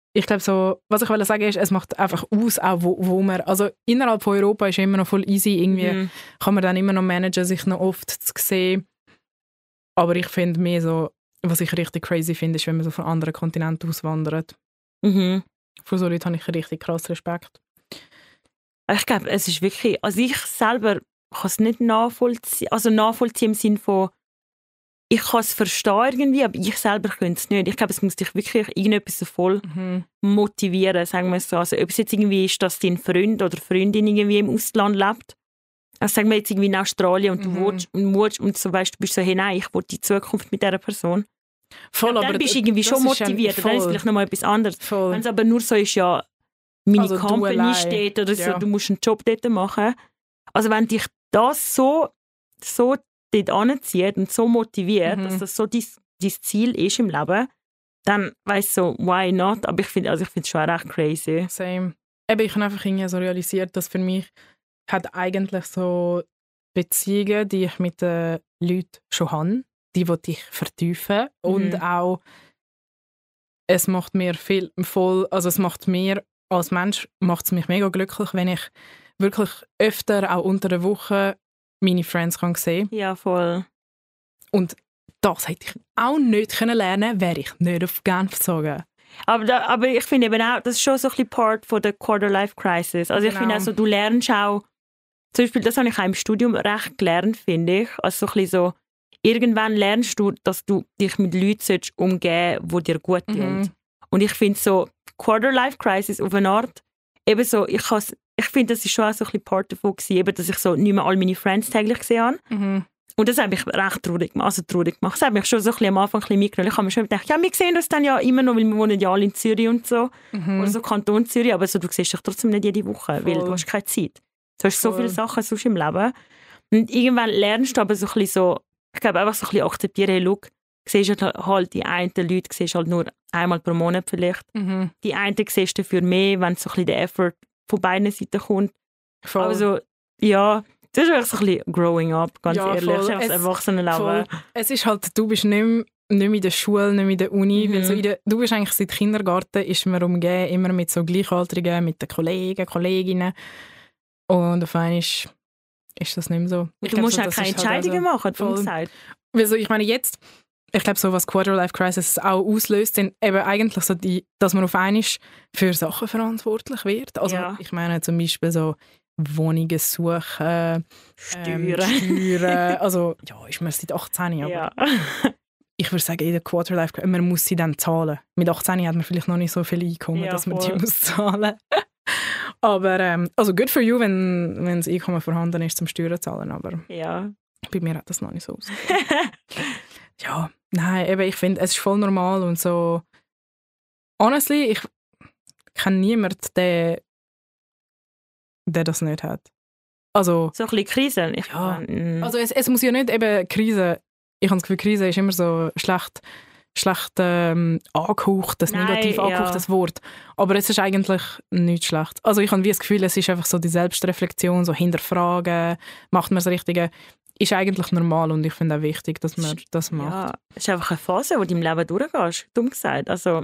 ich glaube so, was ich wollte sagen ist, es macht einfach aus, auch wo, wo man, also innerhalb von Europa ist immer noch voll easy, irgendwie mhm. kann man dann immer noch managen, sich noch oft zu sehen. Aber ich finde mehr so, was ich richtig crazy finde, ist, wenn man so von anderen Kontinenten auswandert.
Mhm.
Von so Leuten habe ich richtig krass Respekt.
Ich glaube, es ist wirklich, also ich selber kann es nicht nachvollziehen, also nachvollziehen im Sinne von, ich kann es verstehen irgendwie, aber ich selber könnte es nicht. Ich glaube, es muss dich wirklich irgendetwas so voll mhm. motivieren, sagen wir es so. Also ob es jetzt irgendwie ist, dass dein Freund oder Freundin irgendwie im Ausland lebt, also sagen wir jetzt irgendwie in Australien und du mhm. willst, und, willst, und so weißt, du bist so, hey nein, ich will die Zukunft mit dieser Person.
Voll,
ja, dann
aber
bist du irgendwie schon motiviert, ja, dann ist es vielleicht nochmal etwas anderes.
Voll.
Wenn es aber nur so ist, ja, meine
also
Company steht oder so, ja. du musst einen Job dort machen. Also wenn dich das so, so dort anzieht und so motiviert, mhm. dass das so dein, dein Ziel ist im Leben, dann weißt du so, why not? Aber ich finde also es schon recht crazy.
Same. Eben, ich habe einfach irgendwie so realisiert, dass für mich hat eigentlich so Beziehungen, die ich mit den Leuten schon habe, die wollte ich vertiefen mhm. und auch es macht mir viel voll, also es macht mir als Mensch macht es mich mega glücklich, wenn ich wirklich öfter auch unter der Woche meine Friends kann sehen.
Ja, voll.
Und das hätte ich auch nicht können lernen, wäre ich nicht auf Genf gezogen.
Aber, da, aber ich finde eben auch, das ist schon so ein bisschen Part von der Quarter-Life-Crisis. Also genau. Ich finde auch so, du lernst auch, zum Beispiel, das habe ich auch im Studium recht gelernt, finde ich. Also so ein bisschen so, irgendwann lernst du, dass du dich mit Leuten umgeben sollst, die dir gut tun. Mhm. Und ich finde so, Quarter-Life-Crisis auf eine Art, eben so, ich, ich finde, das ist schon auch so ein bisschen Part davon gewesen, eben, dass ich so nicht mehr all meine Friends täglich gesehen habe. Mhm. Und das hat mich recht traurig gemacht. Also traurig gemacht. Das hat mich schon so ein bisschen am Anfang ein bisschen mitgenommen. Ich habe mir schon gedacht, ja, wir sehen das dann ja immer noch, weil wir wohnen ja alle in Zürich und so. Mhm. Oder so Kanton Zürich, aber so, du siehst dich trotzdem nicht jede Woche, Voll. Weil du hast keine Zeit. Du hast Voll. So viele Sachen sonst im Leben. Und irgendwann lernst du aber so ein bisschen so, ich glaube einfach so ein bisschen akzeptieren, hey, look, siehst halt, halt die einen Leute siehst halt nur einmal pro Monat vielleicht. Mhm. Die einen siehst du dafür mehr, wenn so ein bisschen der Effort von beiden Seiten kommt. Voll. Aber so, ja, das ist wirklich so ein bisschen growing up, ganz ja, ehrlich. Das Erwachsenenleben.
Es ist halt, du bist nicht mehr, nicht mehr in der Schule, nicht mehr in der Uni. Mhm. Weil so in der, du bist eigentlich seit Kindergarten, ist man umgeben, immer mit so Gleichaltrigen, mit den Kollegen, Kolleginnen. Und auf einmal ist, ist das nicht mehr so.
Ich du glaub, musst so, auch keine Entscheidungen halt also, machen, gesagt.
Also ich meine, jetzt, ich glaube, so was Quarter-Life-Crisis auch auslöst, sind eben eigentlich so die, dass man auf einmal für Sachen verantwortlich wird. Also ja. ich meine zum Beispiel so Wohnungen suchen,
Steuern.
Ähm, Steuern. Also ja, ist man seit achtzehn, aber
ja.
ich würde sagen, in der Quarter-Life, man muss sie dann zahlen. Mit achtzehn hat man vielleicht noch nicht so viel Einkommen, ja, dass man voll. Die muss zahlen. Aber ähm, also good for you, wenn, wenn das Einkommen vorhanden ist, zum Steuern zu zahlen. Aber
ja.
bei mir hat das noch nicht so ausgesehen. Ja, nein, eben, ich finde, es ist voll normal und so. Honestly, ich kenne niemanden, der, der das nicht hat. Also,
so ein bisschen Krisen. Ich
ja,
mein,
also es, es muss ja nicht eben Krise, ich habe das Gefühl, Krise ist immer so schlecht, schlecht ähm, angehaucht, das negativ
Nein,
angehauchtes
ja.
Wort. Aber es ist eigentlich nicht schlecht. Also ich habe wie das Gefühl, es ist einfach so die Selbstreflexion, so hinterfragen, macht man das Richtige, ist eigentlich normal und ich finde auch wichtig, dass man das macht.
Ja, es ist einfach eine Phase, wo du im Leben durchgehst, dumm gesagt. Also,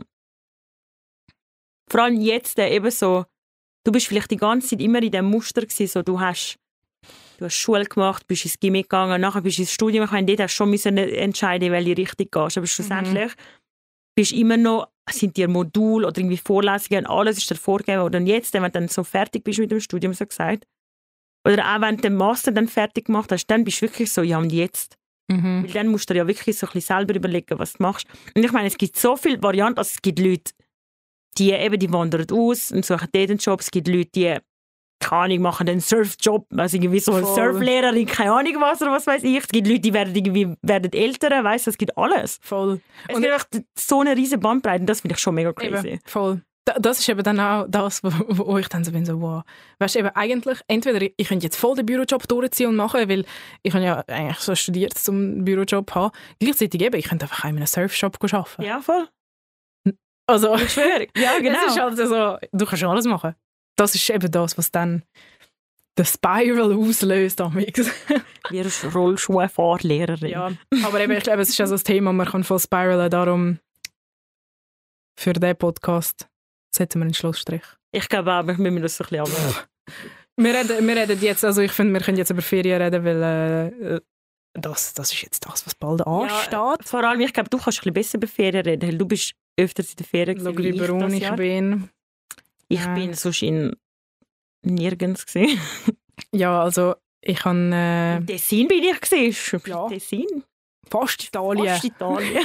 vor allem jetzt eben so, du bist vielleicht die ganze Zeit immer in diesem Muster gewesen, so, du hast, du hast Schule gemacht, bist ins Gimmick gegangen, nachher bist du ins Studium gegangen, dort hast du schon müssen entscheiden, in welche Richtung du gehst. Aber schlussendlich mhm. bist immer noch, sind dir Module oder irgendwie Vorlesungen, alles ist dir vorgegeben. Und jetzt, wenn du dann so fertig bist mit dem Studium, so gesagt, oder auch wenn du den Master dann fertig gemacht hast, dann bist du wirklich so, ja und jetzt? Mhm. Weil dann musst du dir ja wirklich so ein bisschen selber überlegen, was du machst. Und ich meine, es gibt so viele Varianten, also es gibt Leute, die eben, die wandern aus und suchen dort einen Job. Es gibt Leute, die, keine Ahnung, machen einen Surfjob, also irgendwie so eine Surflehrerin, keine Ahnung was oder was weiß ich. Es gibt Leute, die werden irgendwie werden älter, weißt du, es gibt alles.
Voll.
Es und gibt einfach so eine riesen Bandbreite und das finde ich schon mega crazy.
Eben, voll. Das ist eben dann auch das, wo, wo ich dann so bin, so wow. Weißt du, eben eigentlich, entweder ich könnte jetzt voll den Bürojob durchziehen und machen, weil ich habe ja eigentlich so studiert, um einen Bürojob zu haben. Gleichzeitig eben, ich könnte einfach auch in einem Surfshop arbeiten.
Ja, voll.
Also,
ich schwöre. Ja, genau.
Es ist halt so, du kannst alles machen. Das ist eben das, was dann den Spiral auslöst.
Wie eine Rollschuhfahrlehrerin.
Ja, aber eben, ich glaube, es ist ja so ein Thema, man kann voll spiralen, darum für diesen Podcast setzen wir einen Schlussstrich.
Ich glaube auch, wir müssen das so ein bisschen abwarten.
Wir reden, wir reden jetzt, also ich finde, wir können jetzt über Ferien reden, weil äh, das, das ist jetzt das, was bald ansteht.
Ja, vor allem, ich glaube, du kannst ein bisschen besser über Ferien reden, weil du bist öfters in der Ferien
Schau,
gewesen,
wie
ich
braun
das
ich
Jahr.
bin.
Ich
Ja.
bin sonst in nirgends gewesen.
Ja, also ich habe äh,
In Tessin bin ich gewesen.
Ja.
Tessin?
fast Italien.
Fast Italien.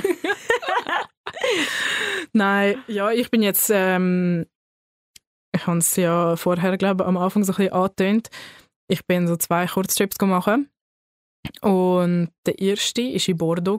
Nein, ja, ich bin jetzt, ähm, ich habe es ja vorher, glaube ich, am Anfang so ein bisschen angetönt. Ich bin so zwei Kurztrips gemacht. Und der erste war in Bordeaux.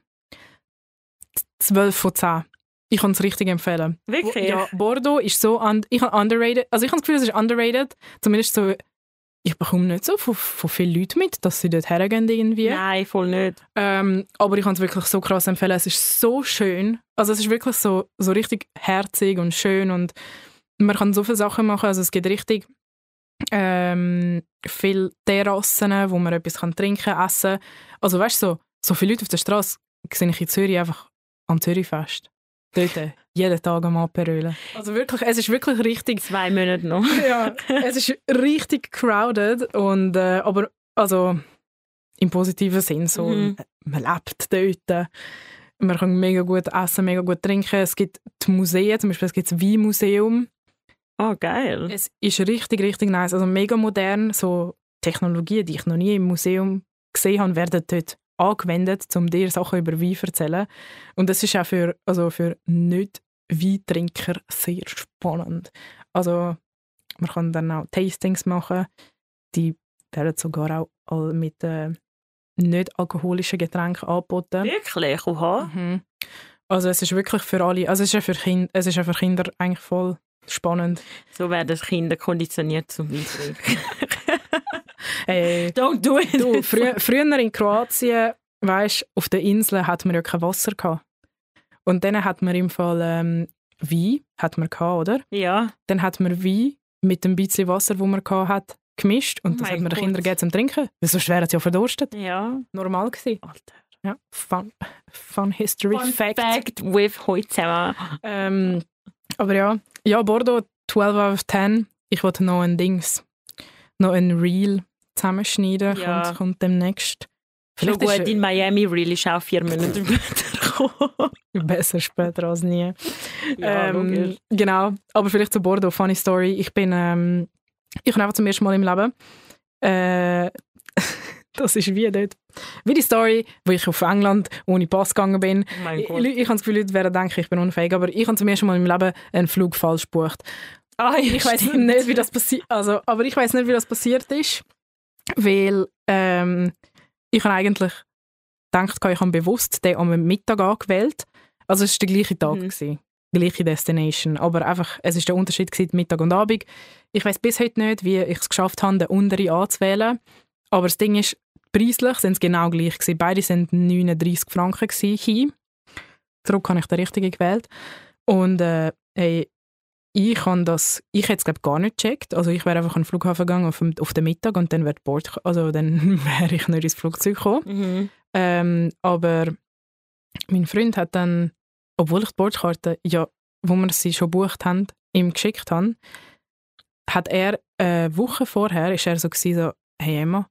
zwölf von zehn. Ich kann es richtig empfehlen.
Wirklich?
Ja, Bordeaux ist so un ich habe underrated. Also ich habe das Gefühl, es ist underrated. Zumindest so, ich bekomme nicht so von, von vielen Leuten mit, dass sie dort hergehen irgendwie.
Nein, voll nicht.
Ähm, aber ich kann es wirklich so krass empfehlen. Es ist so schön. Also es ist wirklich so, so richtig herzig und schön und man kann so viele Sachen machen. Also es gibt richtig ähm, viele Terrassen, wo man etwas kann trinken, essen. Also weißt du, so, so viele Leute auf der Straße sehe ich in Zürich einfach am Zürichfest. Dort jeden Tag am Aperölen. Also wirklich, es ist wirklich richtig.
Zwei Monate noch.
Ja, es ist richtig crowded und äh, aber also im positiven Sinn so,
Mhm.
man lebt dort, man kann mega gut essen, mega gut trinken. Es gibt die Museen, zum Beispiel es gibt das Weinmuseum.
Oh, geil.
Es ist richtig, richtig nice, also mega modern, so Technologien, die ich noch nie im Museum gesehen habe, werden dort angewendet, um dir Sachen über Wein zu erzählen. Und das ist auch für, also für Nicht-Weintrinker sehr spannend. Also man kann dann auch Tastings machen, die werden sogar auch all mit äh, nicht-alkoholischen Getränken angeboten.
Wirklich? Oha.
Mhm. Also es ist wirklich für alle, also es ist ja für, kind, es ist ja für Kinder eigentlich voll spannend.
So werden Kinder konditioniert zum Weintrinken.
Hey,
Don't do it.
du, frü früher in Kroatien, weißt, auf den Inseln hat man ja kein Wasser gehabt. Und dann hat man im Fall ähm, Wein, hat man gehabt, oder?
Ja.
Dann hat man Wein mit dem bisschen Wasser, das man gehabt hat, gemischt und
Oh
das
mein
hat man den
Gott.
Kindern gegeben zum Trinken. Weil sonst wären sie ja verdurstet.
Ja.
Normal gewesen.
Alter.
Ja, fun, fun History
Fun
Fact.
Fact with heute zusammen.
Ähm, aber ja, ja, Bordeaux zwölf out of zehn. Ich wollte noch ein Dings, noch ein Reel zusammenschneiden.
Ja.
Kommt, kommt demnächst.
Schon
Vielleicht
gut,
ist
in Miami Reel ist auch vier Monate später gekommen.
besser später als nie.
Ja,
ähm,
logisch.
genau, aber vielleicht zu Bordeaux, funny Story. Ich bin, ähm, ich bin einfach zum ersten Mal im Leben. Äh, das ist wie dort. Wie die Story, wo ich auf England ohne Pass gegangen bin.
Oh mein
Ich,
Gott.
ich, ich habe das Gefühl, Leute werden denken, ich bin unfähig, aber ich habe zum ersten Mal im Leben einen Flug falsch gebucht.
Ah, ja,
Ich weiß
stimmt.
nicht, wie das passiert, also, aber ich weiß nicht, wie das passiert ist, weil ähm, ich habe eigentlich gedacht, ich habe bewusst den am Mittag angewählt. Also es war der gleiche Tag,
Mhm.
gewesen, gleiche Destination, aber einfach, es ist der Unterschied gewesen, Mittag und Abend. Ich weiß bis heute nicht, wie ich es geschafft habe, den untere anzuwählen, aber das Ding ist, preislich sind es genau gleich gewesen. Beide sind neununddreissig Franken gewesen, hin. Zurück habe ich den richtigen gewählt und äh, hey, ich habe das, ich hätte es glaube gar nicht gecheckt. Also ich wäre einfach an den Flughafen gegangen auf, dem- auf den Mittag und dann wäre die Bord, also dann wäre ich nicht ins Flugzeug gekommen.
Mhm.
Ähm, aber mein Freund hat dann, obwohl ich die Bordkarte, ja, wo wir sie schon gebucht haben, ihm geschickt haben, hat er eine Woche vorher, ist er so gewesen, so, hey Emma,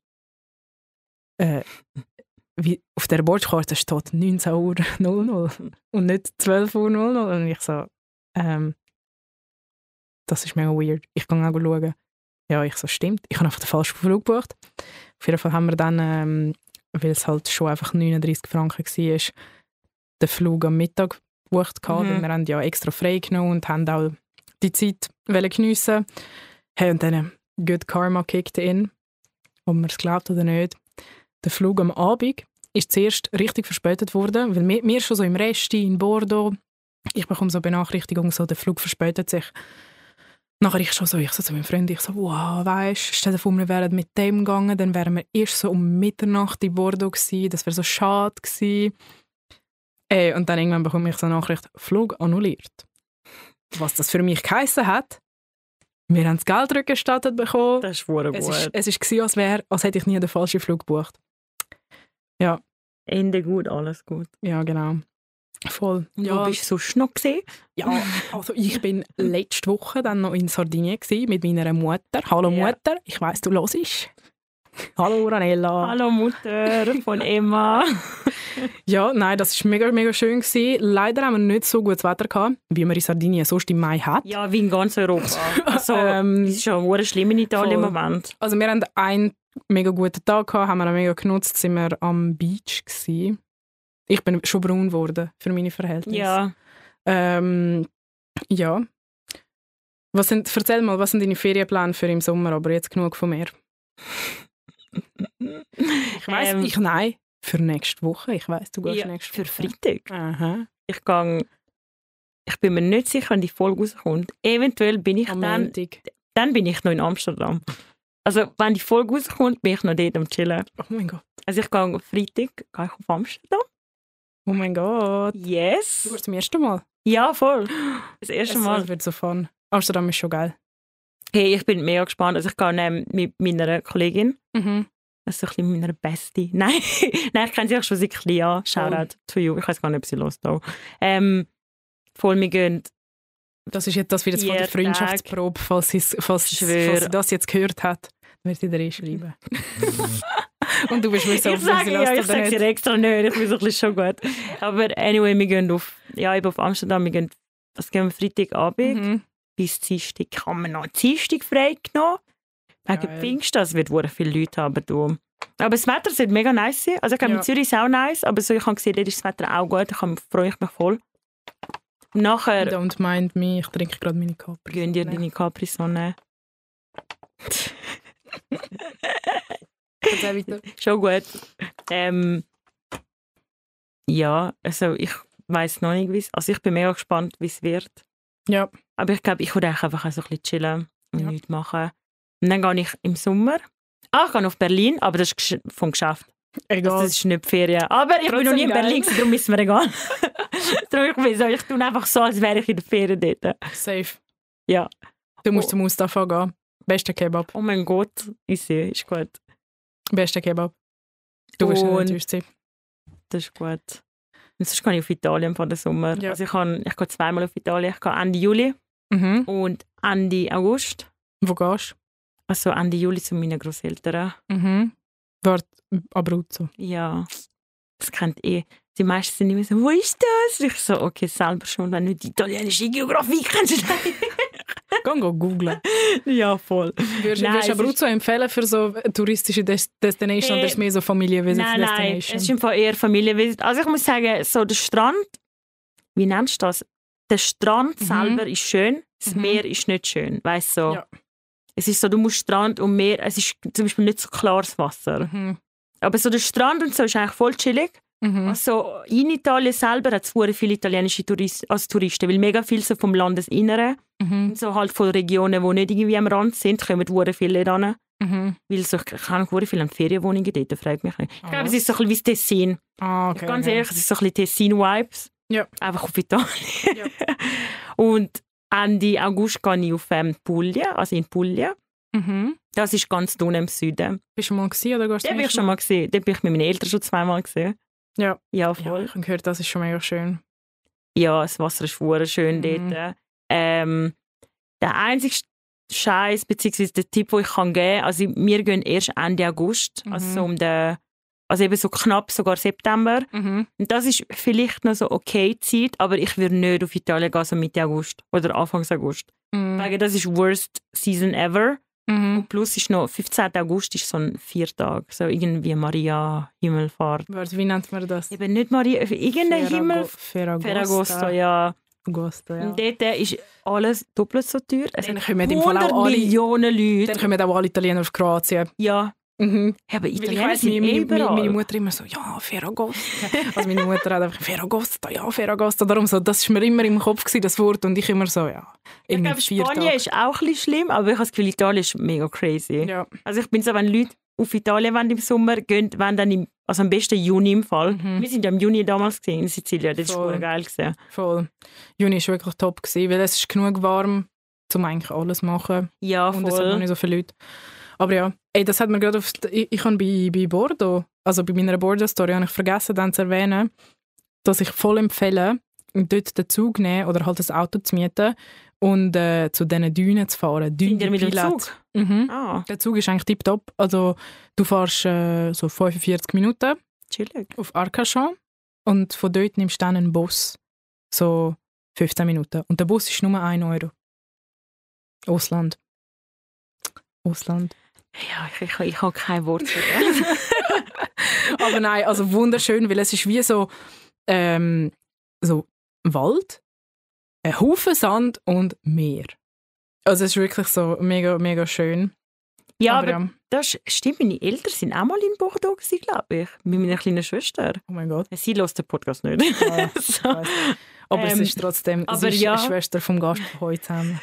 äh, wie, auf der Bordkarte steht neunzehn Uhr null null und nicht zwölf Uhr null null. Und ich so, ähm, das ist mega weird. Ich kann auch schauen. Ja, ich so, stimmt. Ich habe einfach den falschen Flug gebucht. Auf jeden Fall haben wir dann, ähm, weil es halt schon einfach neununddreissig Franken war, den Flug am Mittag gebucht.
Mhm.
Weil wir haben ja extra frei genommen und haben auch die Zeit geniessen. Hey, und dann Good Karma kicked in. Ob man es glaubt oder nicht. Der Flug am Abend ist zuerst richtig verspätet worden, weil wir, wir schon so im Resti in Bordeaux, ich bekomme so Benachrichtigungen, so, der Flug verspätet sich. Nachher ich schon so, ich so zu meinem Freund, ich so, wow, weisst, stell dir vor, wir wären mit dem gegangen, dann wären wir erst so um Mitternacht in Bordeaux gewesen, das wäre so schade gewesen. Ey, und dann irgendwann bekomme ich so eine Nachricht, Flug annulliert. Was das für mich geheissen hat, wir haben das Geld rückerstattet bekommen.
Das ist verdammt
Es
gut.
war, es war, als, wär, als hätte ich nie den falschen Flug gebucht. Ja,
Ende gut, alles gut.
ja, genau. Voll.
Ja. Wo bist du sonst noch gewesen?
Ja, also ich bin letzte Woche dann noch in Sardinien gewesen, mit meiner Mutter. Hallo
Ja.
Mutter, ich weiss, du hörst. Hallo Ranella.
Hallo Mutter von Emma.
Ja, nein, das war mega, mega schön gewesen. Leider haben wir nicht so gutes Wetter gehabt, wie man in Sardinien sonst im Mai hat.
Ja, wie in ganz Europa. Also,
Ähm,
es ist schon sehr schlimm in Italien
voll.
im Moment.
Also wir hatten einen mega guten Tag gehabt, haben wir auch mega genutzt, sind wir am Beach gewesen. Ich bin schon braun geworden für meine Verhältnisse.
Ja.
Ähm, ja. Was sind, erzähl mal, was sind deine Ferienpläne für im Sommer? Aber jetzt genug von mir. Ich weiss,
Ähm,
ich nein. Für nächste Woche. Ich weiss, du gehst
ja,
nächste
für
Woche.
Freitag.
Aha.
Ich gang, ich bin mir nicht sicher, wenn die Folge rauskommt. Eventuell bin ich
Am
dann,
Montag.
dann bin ich noch in Amsterdam. Also wenn die Folge rauskommt, bin ich noch dort am chillen.
Oh mein Gott.
Also ich gehe am Freitag gehe ich auf Amsterdam.
Oh mein Gott. Du
Yes.
gehst zum ersten Mal.
Ja, voll. Das erste
Es,
Mal.
es wird so fun. Amsterdam ist schon geil.
Hey, ich bin mega gespannt. Also ich gehe ähm, mit meiner Kollegin.
Mhm.
Das ist so ein bisschen meiner Bestie. Nein, Nein ich kenne sie auch schon seit klein an. Shoutout to you. Ich weiß gar nicht, ob sie los da. Ähm, voll, wir gehen.
Das ist jetzt das wieder von der
Jeden
Freundschaftsprobe, falls sie, falls,
Schwör.
falls sie das jetzt gehört hat, wird sie dir eh schreiben. Und du bist mir so,
Ich sage ja, ich sage
nicht.
sie extra nicht. Ich bin so ein bisschen schon gut. Aber anyway, wir gehen auf, ja, eben auf Amsterdam. Wir gehen, das gehen wir Freitagabend.
Mhm.
Bis Dienstag haben wir noch Dienstag freigenommen. Wegen
Geil.
Pfingsten, es wird sehr viele Leute haben. Du. Aber das Wetter sieht mega nice sein. Also ich glaube,
Ja.
in Zürich ist es auch nice, aber so, ich habe gesehen, dort ist das Wetter auch gut. Ich freue mich voll. Nachher
Don't mind me, ich trinke gerade meine Capri.
gehen dir deine Capri-Sonne.
Erzähl weiter.
Schon gut. Ähm, ja, also ich weiss noch nicht, wie es... Also ich bin mega gespannt, wie es wird.
Ja.
Aber ich glaube, ich würde eigentlich einfach auch so ein bisschen chillen und
Ja.
nichts machen. Und dann gehe ich im Sommer... Ah, ich gehe auf Berlin, aber das ist gesch- vom Geschäft.
Egal.
Also das ist nicht die Ferien. Aber ich bin noch nie in
Trotzdem
Berlin,
geil.
gewesen, darum ist mir egal. darum ich, bin so, ich tue einfach so, als wäre ich in der Ferien dort.
Safe.
Ja.
Du musst
Oh.
zum Mustafa gehen. Bester Kebab.
Oh mein Gott, ich sehe, ist gut.
Bester Kebab. Du wirst nicht
Und-
enttäuscht sein.
Das ist gut. Und sonst gehe ich auf Italien von der Sommer.
Ja.
Also ich, kann, ich gehe zweimal auf Italien. Ich gehe Ende Juli
Mhm.
und Ende August.
Wo gehst
Also Ende Juli zu meinen Großeltern.
du? Mhm. Warte, Abruzzo.
Ja, das kennt eh. Die meisten sind immer so, wo ist das? Ich so, okay, selber schon, wenn du die italienische Geografie kennst.
Geh go googlen.
ja, voll.
Würdest
Nein,
würdest du
es
Abruzzo empfehlen für so touristische Des Destination
Hey.
oder ist es mehr so Familienvisit
Nein, nein,
Destination?
es ist im Fall eher Familienvisit. Also ich muss sagen, so der Strand, wie nennst du das? Der Strand
Mhm.
selber ist schön, das
Mhm.
Meer ist nicht schön, weißt du? So.
Ja.
Es ist so, du musst Strand und Meer, es ist zum Beispiel nicht so klares Wasser.
Mhm.
Aber so der Strand und so ist eigentlich voll chillig.
Mhm.
Also in Italien selber hat es sehr viele italienische Touristen, also Touristen, weil mega viel so vom Landesinneren
Mhm.
und so halt von Regionen, die nicht irgendwie am Rand sind, kommen sehr viele hin.
Mhm.
Weil so, ich habe sehr viele Ferienwohnungen dort, fragt mich nicht. Ich
Ah,
glaube, es
was?
ist so ein bisschen wie das Tessin.
Ah, okay.
Ganz
okay.
ehrlich, es ist so ein bisschen Tessin-Vibes.
Ja.
Einfach auf Italien.
Ja.
Und Ende August gehe ich auf ähm, Puglia, also in Puglia.
Mhm.
Das ist ganz unten im Süden.
Bist du mal gewesen, oder gehst du
Den
zum
bin ich
ersten
schon mal gesehen. Den bin ich mit meinen Eltern schon zweimal gesehen.
Ja.
Ja,
Ja,
voll.
ich habe gehört, das ist schon mega schön.
Ja, das Wasser ist sehr schön
Mhm.
dort. Ähm, der einzige Scheiß beziehungsweise der Tipp, den ich kann geben kann, also wir gehen erst Ende August,
Mhm.
also so um den, also eben so knapp sogar September.
Mhm.
Und das ist vielleicht noch so okay Zeit, aber ich würde nicht auf Italien gehen, so Mitte August oder Anfang August.
Mhm.
Wegen das ist worst season ever.
Mhm.
Und plus ist noch fünfzehnten August ist so ein Viertag, so irgendwie Maria Himmelfahrt.
Warte, wie nennt man das?
Eben nicht Maria, irgendein Himmel.
Ferragosto.
Ferragosto, ja.
Agosto, ja.
Und dort ist alles doppelt so teuer. Es
Dann
hat
kommen im Fall
hundert
auch alle-
Millionen Leute.
Dann kommen auch alle Italiener auf Kroatien.
Ja,
Mhm.
aber
Weil ich
Italiener
weiss,
sind
meine, meine,
überall.
meine Mutter immer so, ja, Ferragosto. Also meine Mutter hat einfach Ferragosto, ja, Ferragosto. Darum so, das war mir immer im Kopf, gewesen, das Wort. Und ich immer so, ja,
Ich
irgendwie
glaube,
vier
Spanien
Tage.
ist auch ein bisschen schlimm, aber ich habe das Gefühl, Italien ist mega crazy.
Ja.
Also ich bin so, wenn Leute auf Italien wollen im Sommer gehen, wenn dann im, also am besten Juni im Fall.
Mhm.
Wir sind ja im Juni damals gewesen, in Sizilien, das
Voll.
war geil gewesen.
Voll. Juni war wirklich top, gewesen, weil es ist genug warm, um eigentlich alles zu machen.
Ja,
Und es hat noch
voll.
nicht so viele Leute. Aber ja, ey, das hat mir gerade auf... Ich, ich habe bei, bei Bordeaux, also bei meiner Bordeaux-Story, habe ich vergessen, dann zu erwähnen, dass ich voll empfehle, dort den Zug nehmen oder halt das Auto zu mieten und äh, zu diesen Dünen zu fahren.
Sind ihr mit dem
Pilat.
Zug?
Mhm.
Ah,
Der Zug ist eigentlich tipptopp. Also du fährst äh, so fünfundvierzig Minuten
chillig.
auf Arcachon und von dort nimmst du dann einen Bus. So fünfzehn Minuten. Und der Bus ist nur ein Euro. Ausland. Ausland.
Ja, ich, ich, ich habe kein Wort für das.
Aber nein, also wunderschön, weil es ist wie so, ähm, so Wald, ein Haufen Sand und Meer. Also es ist wirklich so mega, mega schön.
Ja,
aber,
aber
ja.
das stimmt, meine Eltern sind auch mal in Bordeaux gewesen, glaube ich. Mit meiner kleinen Schwester.
Oh mein Gott.
Sie hört den Podcast nicht.
Ja, ich
so.
weiss. Aber
Ähm,
es ist trotzdem,
aber
sie ist
ja.
eine Schwester vom Gast von heute zusammen.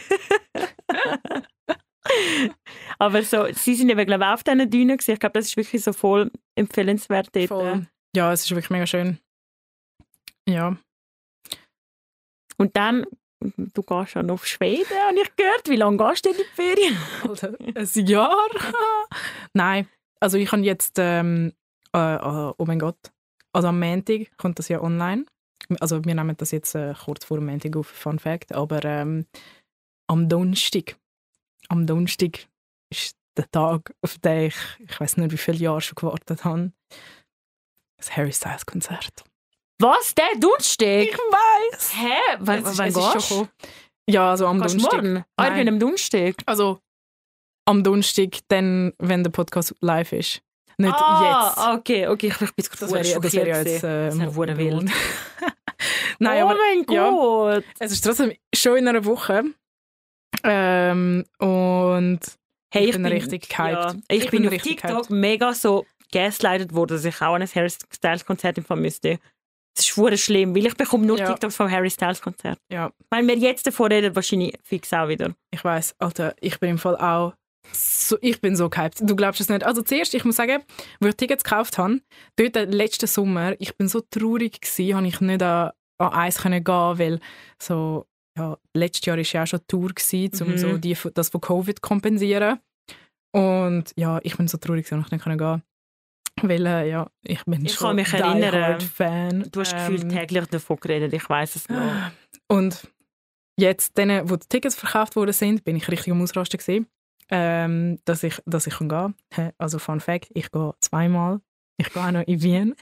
Aber so, sie sind eben, glaube ich, auch auf diesen Dünen gewesen. Ich glaube, das ist wirklich so voll empfehlenswert dort.
Voll. Ja, es ist wirklich mega schön. Ja.
Und dann, du gehst ja noch auf Schweden, habe ich gehört. Wie lange gehst du denn in die Ferien?
Alter, ein Jahr? Nein, also ich habe jetzt, ähm, äh, äh, oh mein Gott, also am Montag kommt das ja online. Also wir nehmen das jetzt äh, kurz vor dem Montag auf, Fun Fact, aber ähm, am Donnerstag, am Donnerstag ist der Tag, auf den ich, ich weiß nicht wie viele Jahre schon gewartet habe, das Harry Styles Konzert.
Was? Der Donnerstag?
Ich weiß.
Hä? W wann
Es
wann
ist- es ist
gehst
schon
du?
gekommen. Ja, also am
Gehst du
Donnerstag.
morgen? Ah, ich bin am Donnerstag.
Also am Donnerstag, dann, wenn der Podcast live ist. Nicht
ah,
jetzt.
okay, okay. Ich bin jetzt
Das wäre ja, das wär ja jetzt äh,
Das wäre verdammt wild.
Nein,
oh
aber
mein
ja,
Gott.
es ist trotzdem schon in einer Woche. Ähm, und
Hey,
ich bin richtig
ja,
gehypt.
ich,
Ich
bin
bin
auf
richtig
TikTok
gehypt.
mega so gaslightet worden, dass ich auch an ein Harry Styles Konzert fahren müsste. Das ist verdammt schlimm, weil ich bekomme nur
Ja.
TikToks vom Harry Styles Konzert.
Ja,
Wenn wir jetzt davor reden, wahrscheinlich fix auch wieder.
ich weiss, Alter, ich bin im Fall auch so, ich bin so gehypt. Du glaubst es nicht. Also zuerst, ich muss sagen, wo ich Tickets gekauft habe, dort äh, letzten Sommer, ich bin so traurig gewesen, habe ich nicht an, an eins können gehen, weil so, ja, letztes Jahr war ja auch schon eine Tour gewesen, um
Mhm.
so die, das von Covid zu kompensieren. Und ja, ich bin so traurig, dass ich nicht können gehen. Weil, äh, ja, ich bin
Ich
schon
kann mich
die
erinnern.
Hard Fan.
Du hast
Ähm,
gefühlt täglich davon geredet, ich weiss es noch.
Und jetzt, denen, wo die Tickets verkauft worden sind, bin ich richtig am Ausrasten gewesen, ähm, dass ich, dass ich gehen kann. Hä? Also Fun Fact, ich gehe zweimal. Ich gehe auch noch in Wien.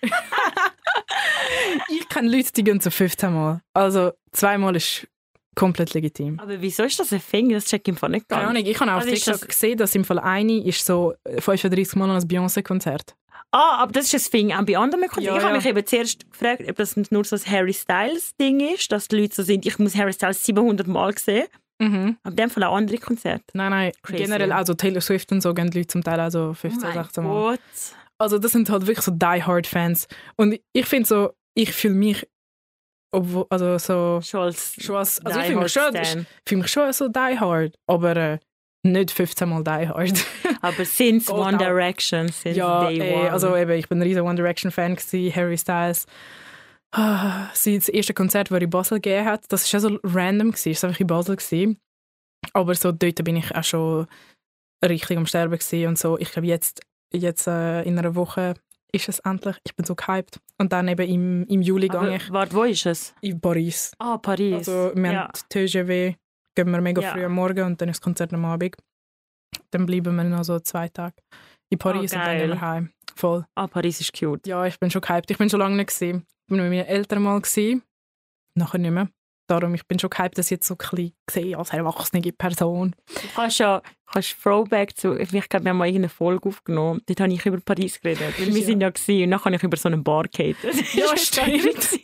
Ich kenne Leute, die gehen so fünfzehn Mal. Also zweimal ist komplett legitim.
Aber wieso ist das ein Fing? Das check ich im Fall nicht
Keine
ganz.
Ahnung, ich habe auch auf
Also ist
TikTok
das-
gesehen, dass im Fall eine ist so fünfunddreißig Mal an ein Beyoncé-Konzert.
Ah, aber das ist ein Fing auch bei anderen Konzerten.
Ja,
ich habe
ja.
mich eben zuerst gefragt, ob das nur so ein Harry Styles-Ding ist, dass die Leute so sind, ich muss Harry Styles siebenhundert Mal sehen.
Mhm.
Aber in dem Fall auch andere Konzerte.
Nein, nein,
Crazy.
generell, also Taylor Swift und so gehen die Leute zum Teil also
Oh
fünfzehn,
mein
sechzehn Mal.
Gott.
Also das sind halt wirklich so die-hard-Fans. Und ich finde so, ich fühle mich, obwohl, also so,
Schon als
schon als, also ich
Die
fühle mich schon,
Hard Stan.
fühle mich schon so die-hard, aber äh, nicht fünfzehn Mal die-hard.
Aber since
Geht
One
auch.
Direction, since
Ja,
day
ey,
one.
also eben, ich bin ein riesen One Direction-Fan gewesen, Harry Styles. Ah, sie das erste Konzert, das er in Basel gegeben hat, das war ja so random, gewesen, es war einfach in Basel gewesen. Aber so dort bin ich auch schon richtig am Sterben gewesen und so. Ich glaube, jetzt, jetzt äh, in einer Woche ist es endlich. Ich bin so gehypt. Und dann eben im, im Juli gehe
Aber,
ich
warte, wo ist es?
in Paris.
Ah, Paris.
Also wir
ja.
haben die T G V, gehen wir mega
Ja.
früh am Morgen und dann ist das Konzert am Abend. Dann bleiben wir noch so zwei Tage in Paris
Oh,
und dann
geil.
gehen wir heim. Voll.
ah, Paris ist cute.
Ja, ich bin schon gehypt. Ich bin schon lange nicht gewesen. Ich bin mit meinen Eltern mal gewesen. Nachher nicht mehr. Darum, ich bin schon gehypt, dass ich jetzt so ein bisschen sehe als erwachsene Person.
Du kannst ja kannst Throwback zu, ich glaube, wir haben mal irgendeine Folge aufgenommen, dort habe ich über Paris geredet, weil wir
Ja.
sind ja gewesen, und dann habe ich über so einen Bar gehatet.
Ja, stimmt.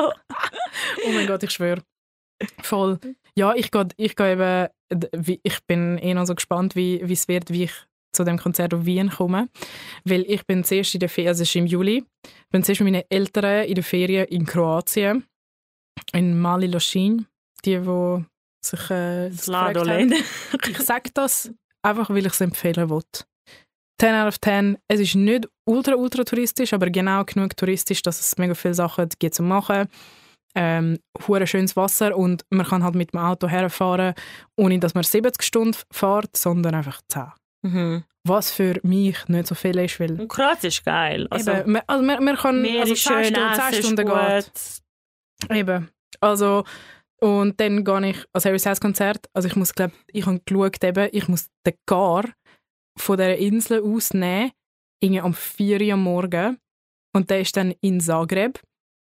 Oh mein Gott, ich schwöre. Voll. Ja, ich gehe ich geh eben, wie- ich bin eh noch so gespannt, wie wie es wird, wie ich zu dem Konzert auf Wien komme. Weil ich bin zuerst in der Ferien, also es ist im Juli, ich bin zuerst mit meinen Eltern in der Ferien in Kroatien, in Mali Loschin, die, die sich äh, das gefragt haben.
Sladolen.
Ich sage das einfach, weil ich es empfehlen will. zehn out of zehn. Es ist nicht ultra, ultra touristisch, aber genau genug touristisch, dass es mega viele Sachen gibt zu machen. Ähm, hure schönes Wasser und man kann halt mit dem Auto herfahren, ohne dass man siebzig Stunden fährt, sondern einfach zehn.
Mhm.
Was für mich nicht so viel ist, weil
Und Kroatien ist geil. Also,
eben, man, also man, man kann
Meer
also
ist
zehn
schön,
Stunden,
Essen
zehn
ist
Stunden
gut,
geht. Eben. Also, und dann gehe ich als Harry Styles Konzert, also ich muss, glaube ich habe geschaut, eben, ich muss den Car von dieser Insel aus nehmen, irgendwie am vier Uhr am Morgen. Und der ist dann in Zagreb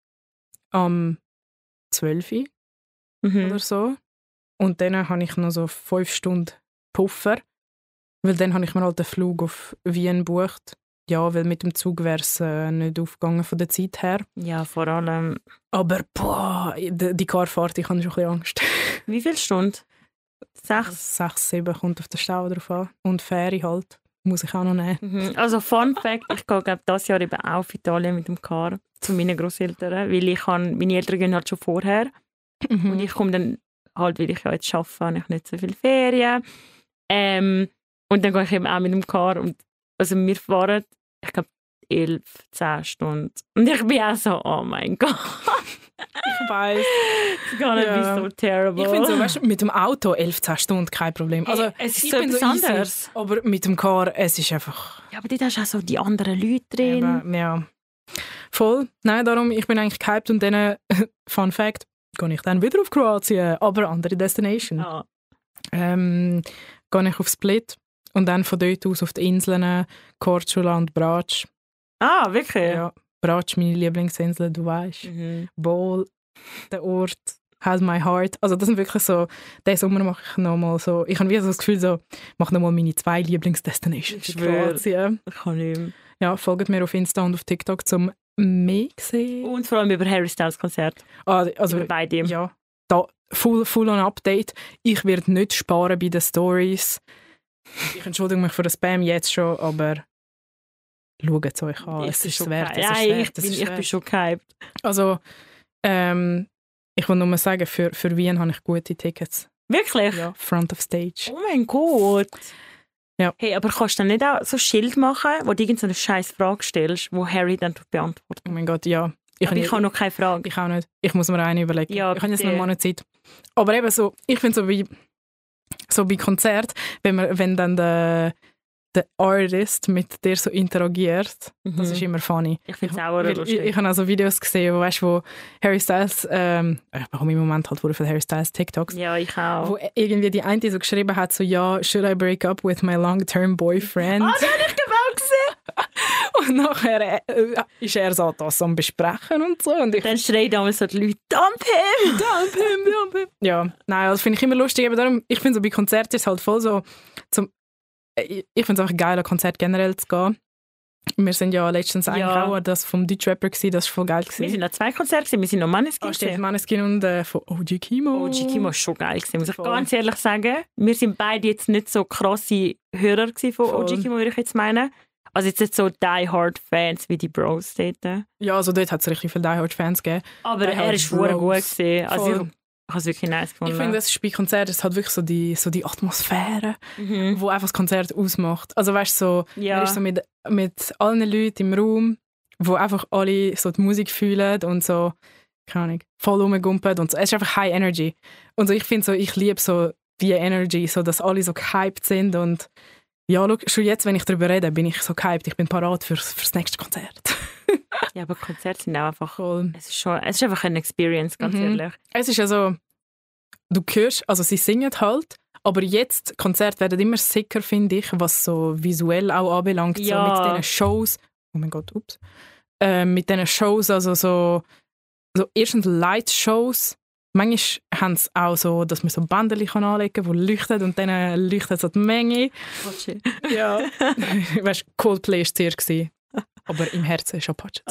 am zwölf Uhr
Mhm.
oder so. Und dann habe ich noch so fünf Stunden Puffer, weil dann habe ich mir halt den Flug auf Wien gebucht. Ja, weil mit dem Zug wäre es äh, nicht aufgegangen von der Zeit her.
Ja, vor allem.
Aber boah, die, die Carfahrt, ich habe schon ein bisschen Angst.
Wie viele Stunden? Sechs?
Sechs, sieben kommt auf den Stau drauf an. Und Fähre halt, muss ich auch noch nehmen.
Mhm. Also Fun Fact, ich gehe glaub, dieses Jahr eben auch auf Italien mit dem Car zu meinen Großeltern, weil ich kann, meine Eltern gehen halt schon vorher
Mhm.
und ich komme dann halt, weil ich ja jetzt arbeite, habe ich nicht so viele Ferien. Ähm, und dann gehe ich eben auch mit dem Car und also wir fahren, ich glaube, elf, zehn Stunden. Und ich bin auch so, oh mein Gott.
Ich weiss.
It's gonna
Ja.
be so terrible.
Ich finde so, weißt du, mit dem Auto elf, zehn Stunden kein Problem. Also,
Hey, es ist
ich
so
bin
etwas
easy,
anderes.
aber mit dem Car, es ist einfach...
Ja, aber dort hast du auch so die anderen Leute drin.
Eben, ja. Voll. Nein, darum, ich bin eigentlich gehypt und dann, äh, Fun Fact, gehe ich dann wieder auf Kroatien, aber andere Destination.
Ja.
Ähm, gehe ich auf Split und dann von dort aus auf die Inseln, Korčula und Brač.
Ah, wirklich?
Ja, Brač, meine Lieblingsinsel, du weißt.
Mhm.
Bol, der Ort, has my heart. Also das sind wirklich so, diesen Sommer mache ich nochmal so, ich habe wieder so das Gefühl, so, ich mache nochmal meine zwei Lieblingsdestinations
Ich
in
schwöre.
Kroatien.
Ich kann nicht mehr.
Ja, folgt mir auf Insta und auf TikTok zum mehr sehen.
Und vor allem über Harry Styles Konzert.
Ah, also,
über beide.
ja, da, full, full on Update. Ich werde nicht sparen bei den Stories. Ich entschuldige mich für den Spam jetzt schon, aber schaut es euch an.
Ich
Es
bin
ist
schon
wert.
gehypt.
Es ist
Ja,
wert.
ich
es
bin,
ist
ich
wert.
bin schon gehypt.
Also, ähm, ich will nur mal sagen, für, für Wien habe ich gute Tickets.
Wirklich?
Ja, Front of Stage.
Oh mein Gott.
Ja.
Hey, aber kannst du dann nicht auch so ein Schild machen, wo du irgendeine scheiß Frage stellst, wo Harry dann beantwortet?
Oh mein Gott, ja.
Ich,
habe
ich habe noch keine Frage.
Ich auch nicht. Ich muss mir eine überlegen.
Ja,
ich habe jetzt
bitte.
noch mal eine Zeit. Aber eben so, ich finde so bei, so bei Konzert, wenn, man, wenn dann der, der Artist mit dir so interagiert,
Mhm.
das ist immer funny.
Ich finde es auch
Weil
lustig.
Ich, ich habe auch so Videos gesehen, wo, weißt, wo Harry Styles, ähm, ich bekomme im Moment halt von Harry Styles TikToks,
ja, ich auch.
wo irgendwie die eine so geschrieben hat, so, ja, should I break up with my long-term boyfriend?
Ah, das habe ich genau gesehen.
Und nachher äh, ist er so das am Besprechen und so. Und ich
Dann schreien damals so die Leute, dump him!
Dump him, dump him. Ja, nein, das finde ich immer lustig. Aber darum, ich finde so bei Konzerten ist es halt voll so, zum, ich, ich finde es einfach geil, an Konzert generell zu gehen. Wir sind ja letztens
Ja.
eigentlich auch an das vom Deutschrapper gewesen, das war voll geil.
Wir
Gewesen.
sind an zwei Konzerte, gewesen. wir sind noch Manneskin.
Ah, stimmt,
gewesen.
Maneskin und äh, von O G Kimo.
Oh, G-Kimo war schon geil, gewesen, muss ich
Voll.
ganz ehrlich sagen. Wir sind beide jetzt nicht so krasse Hörer gewesen von
Voll.
O G-Kimo, würde ich jetzt meinen. Also jetzt nicht so die-hard-Fans wie die Bros dort.
Ja, also dort hat es richtig viele Die Hard-Fans gegeben.
Aber
Die
er
Hard
ist verdammt gut
Bros.
gewesen. Also ich,
Voll.
ich habe es wirklich nice gefunden.
Ich finde, es ist bei Konzerten ist halt wirklich so die, so die Atmosphäre,
Mhm.
wo einfach das Konzert ausmacht. Also weißt du, so,
Ja.
man ist so mit, mit allen Leuten im Raum, wo einfach alle so die Musik fühlen und so, keine Ahnung, voll rumgumpen und so. Es ist einfach High Energy. Und so, ich finde so, ich liebe so die Energy, so dass alle so gehypt sind und ja, schau, schon jetzt, wenn ich darüber rede, bin ich so gehypt, ich bin parat fürs, fürs nächste Konzert.
Ja, aber Konzerte sind auch einfach...
Voll.
Es ist, schon, es ist einfach eine Experience, ganz
Mhm.
ehrlich.
Es ist ja so, du hörst, also sie singen halt, aber jetzt, Konzerte werden immer sicker, finde ich, was so visuell auch anbelangt,
Ja.
so mit diesen Shows, oh mein Gott, ups, äh, mit diesen Shows, also so, so erstens Light-Shows, manchmal haben sie auch so, dass man so Bändchen kann anlegen kann, die leuchten und dann leuchtet so die Menge. Ja. Weißt du, Coldplay war zuerst, gewesen, aber im Herzen ist Apache.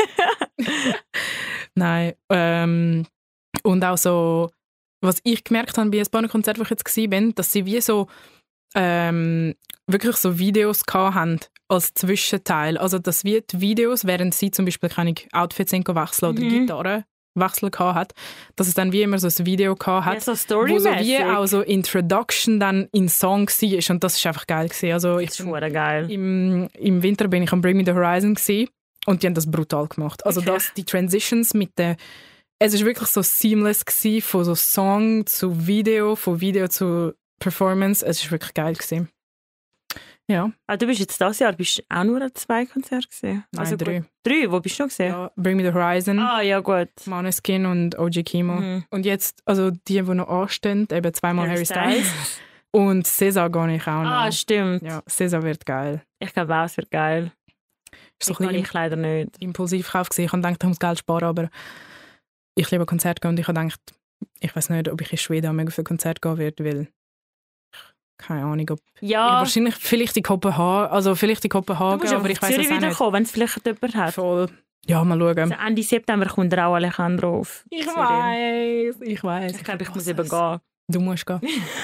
Nein, ähm, und auch so, was ich gemerkt habe bei ein paar Konzerten, wo ich jetzt war, dass sie wie so ähm, wirklich so Videos hatten als Zwischenteil. Also dass wie die Videos, während sie zum Beispiel keine Outfits wechseln oder
Mhm.
Gitarre wechseln hat, dass es dann wie immer so ein Video hat,
Ja, so
wo so wie
storymäßig.
auch so Introduction dann in Song war und das ist einfach geil gewesen. Also ich
Das ist
bin,
verdammt geil.
im, im Winter bin ich am Bring Me the Horizon gewesen, und die haben das brutal gemacht. Also
Okay.
das, die Transitions mit der, es ist wirklich so seamless gewesen, von so Song zu Video, von Video zu Performance. Es ist wirklich geil gewesen. Ja.
Ah, du bist jetzt dieses Jahr bist auch nur an zwei Konzerte gesehen?
Nein,
also,
drei.
Gut. Drei? Wo bist du noch gesehen?
Ja, Bring Me The Horizon,
Ah, ja gut.
Måneskin und O G Kimo.
Mhm.
Und jetzt, also die, die noch anstehen, eben zweimal Harry,
Harry
Styles. Und César gehe ich auch noch.
Ah, stimmt.
Ja, César wird geil.
Ich glaube auch, es wird geil.
Ist so
Ich
ein
kann
bisschen
ich leider nicht.
Impulsivkauf gewesen. Ich habe gedacht, ich muss Geld sparen, aber ich liebe Konzerte gehen und ich habe gedacht, ich weiß nicht, ob ich in Schweden mega viel Konzert gehen werde, weil keine Ahnung, ob
Ja,
ja, wahrscheinlich vielleicht in Kopenhagen, also vielleicht in
du
Kopenhagen,
musst
aber
auf
ich weiß es
Zürich
auch nicht.
wiederkommen, wenn es vielleicht jemand hat.
Voll. Ja, mal schauen.
Also Ende September kommt auch Alejandro auf
Ich
Zürich.
weiß, ich weiß.
Ich glaube, ich muss eben gehen.
Du musst gehen.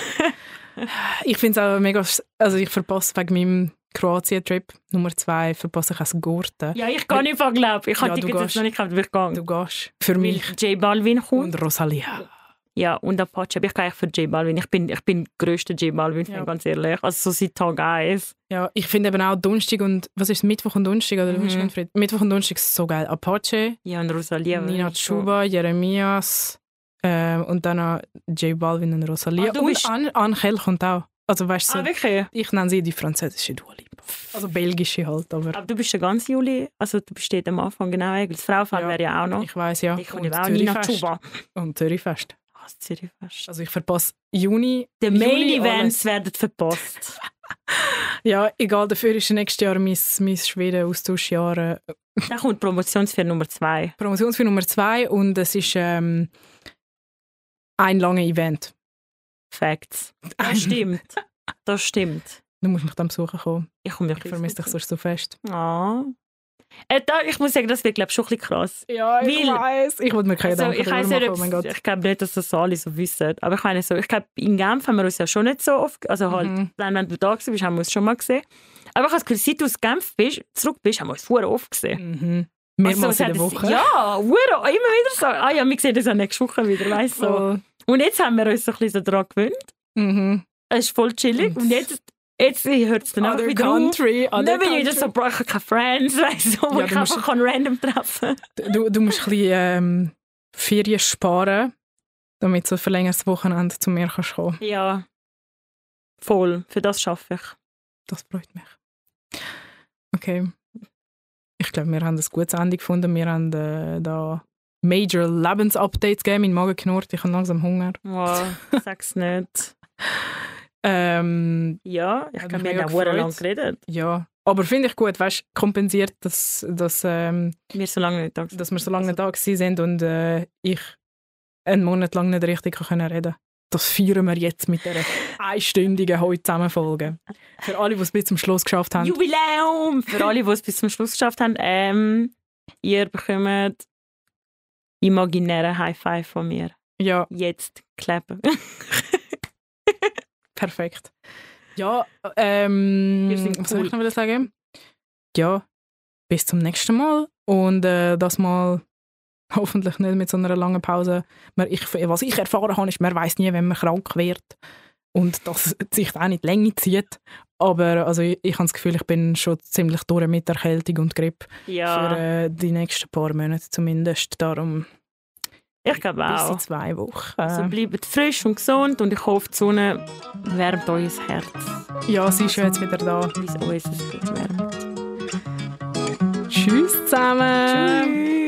Ich finde es auch mega, also ich verpasse wegen meinem Kroatien-Trip Nummer zwei, verpasse ich als Gurten.
Ja, ich gehe nicht, glaube ich. Ich habe
Ja,
die
du
Tickets
gehst.
noch nicht gehabt, aber ich gehe.
Du gehst für mich
Weil J Balvin kommt.
und Rosalia.
Ja, und Apache. Aber ich gehe eigentlich für J Balvin. Ich bin, ich bin der grösste J Balvin-Fan,
Ja.
ganz ehrlich. Also so seit Tag eins.
Ja, ich finde eben auch Donnerstag und, was ist es, Mittwoch und Donnerstag oder
Mhm.
Donnerstag und Freitag? Mittwoch und Donnerstag ist so geil. Apache,
Ja, und Rosalia.
Nina
ist so-
Chuba, Jeremias ähm, und dann noch J Balvin und Rosalia.
Ah, du
und
bist-
An Angel kommt auch. Also weißt du, so,
Ah, wirklich?
ich nenne sie die französische Dua Lipa. Also belgische halt, aber
Aber du bist der ganze Juli, also du bist dort am Anfang genau eigentlich. Das Frauenfeld
Ja,
wäre ja auch noch.
ich weiss ja.
Ich
Und
komme auch Nina
Zürichfest.
Chuba.
Und Zürichfest.
Ah, das Zürichfest.
Also ich verpasse Juni.
Die
Juli
Main-Events
alles.
werden verpasst.
Ja, egal, dafür ist nächstes Jahr mein, mein Schweden-Austauschjahr. äh,
Dann kommt Promotionsfeier Nummer zwei.
Promotionsfeier Nummer zwei und es ist ähm, ein langes Event.
Facts. Das stimmt. Das stimmt.
Du musst mich dann besuchen kommen.
Ich komme
Ich vermisse dich sonst so fest.
Ah. Äh, da, ich muss sagen, das wird glaube ich schon ein bisschen krass.
Ja,
ich Weil-
weiß. Ich wollte mir keine
Also,
Gedanken
ich
darüber
weiss
machen,
nicht,
oh mein
ob
Gott.
ich glaube nicht, dass das alle so wissen. Aber ich meine so, ich glaube, in Genf haben wir uns ja schon nicht so oft, also halt,
Mhm.
dann, wenn du da warst, haben wir uns schon mal gesehen. Aber ich habe das Gefühl, seit du aus Genf bist, zurück bist, haben wir uns vorher oft gesehen.
Mhm. Mehrmals
Also, es
in
hat
der
es-
Woche.
Ja, hure, immer wieder so. Ah ja, wir sehen uns ja nächste Woche wieder, weißt du. So.
Voll.
Und jetzt haben wir uns so ein bisschen so daran gewöhnt.
Mhm.
Es ist voll chillig.
Und-
Und jetzt, jetzt hört es dann auch
Other
wieder auf.
country.
Und
Other
dann bin ich wieder
country.
so, bro, ich habe keine Friends, weißt du, wo
Ja,
ich
du musst-
einfach kann random treffen
Du, du musst ein bisschen ähm, Ferien sparen, damit du ein verlängertes Wochenende zu mir kannst kommen.
Ja, voll. Für das schaffe ich.
Das freut mich. Okay. Ich glaube, wir haben ein gutes Ende gefunden. Wir haben äh, da Major Lebensupdates gegeben. Mein Magen knurrt, ich habe langsam Hunger.
Wow, sag's nicht.
Ähm,
Ja, ich
Hat
glaube,
mich
wir haben
mega
ja
gefreut.
lang geredet.
ja, aber finde ich gut, weißt, kompensiert, dass, dass, ähm,
Wir so lange nicht da gewesen.
dass wir so lange da gewesen sind und äh, ich einen Monat lang nicht richtig kann reden konnte. Das feiern wir jetzt mit dieser einstündigen heute Zusammenfolge. Für alle, die es bis zum Schluss geschafft haben.
Jubiläum! Für alle, die es bis zum Schluss geschafft haben, ähm, ihr bekommt imaginäre High Five von mir.
Ja,
Jetzt klappen.
perfekt. Ja, ähm,
Wir sind
was soll
cool.
ich noch sagen? Ja, bis zum nächsten Mal. Und äh, das Mal hoffentlich nicht mit so einer langen Pause. Man, ich, was ich erfahren habe, ist, man weiß nie, wenn man krank wird. Und dass es sich auch nicht Länge zieht. Aber also, ich, ich habe das Gefühl, ich bin schon ziemlich durch mit Erkältung und Grippe.
Ja,
Für äh, die nächsten paar Monate zumindest. Darum
ich glaube
bis in
auch.
zwei Wochen.
Also bleibt frisch und gesund und ich hoffe, die Sonne wärmt euer Herz,
Ja, sie ist ja jetzt wieder da.
wie es unser Herz wärmt.
Tschüss zusammen.
Tschüss!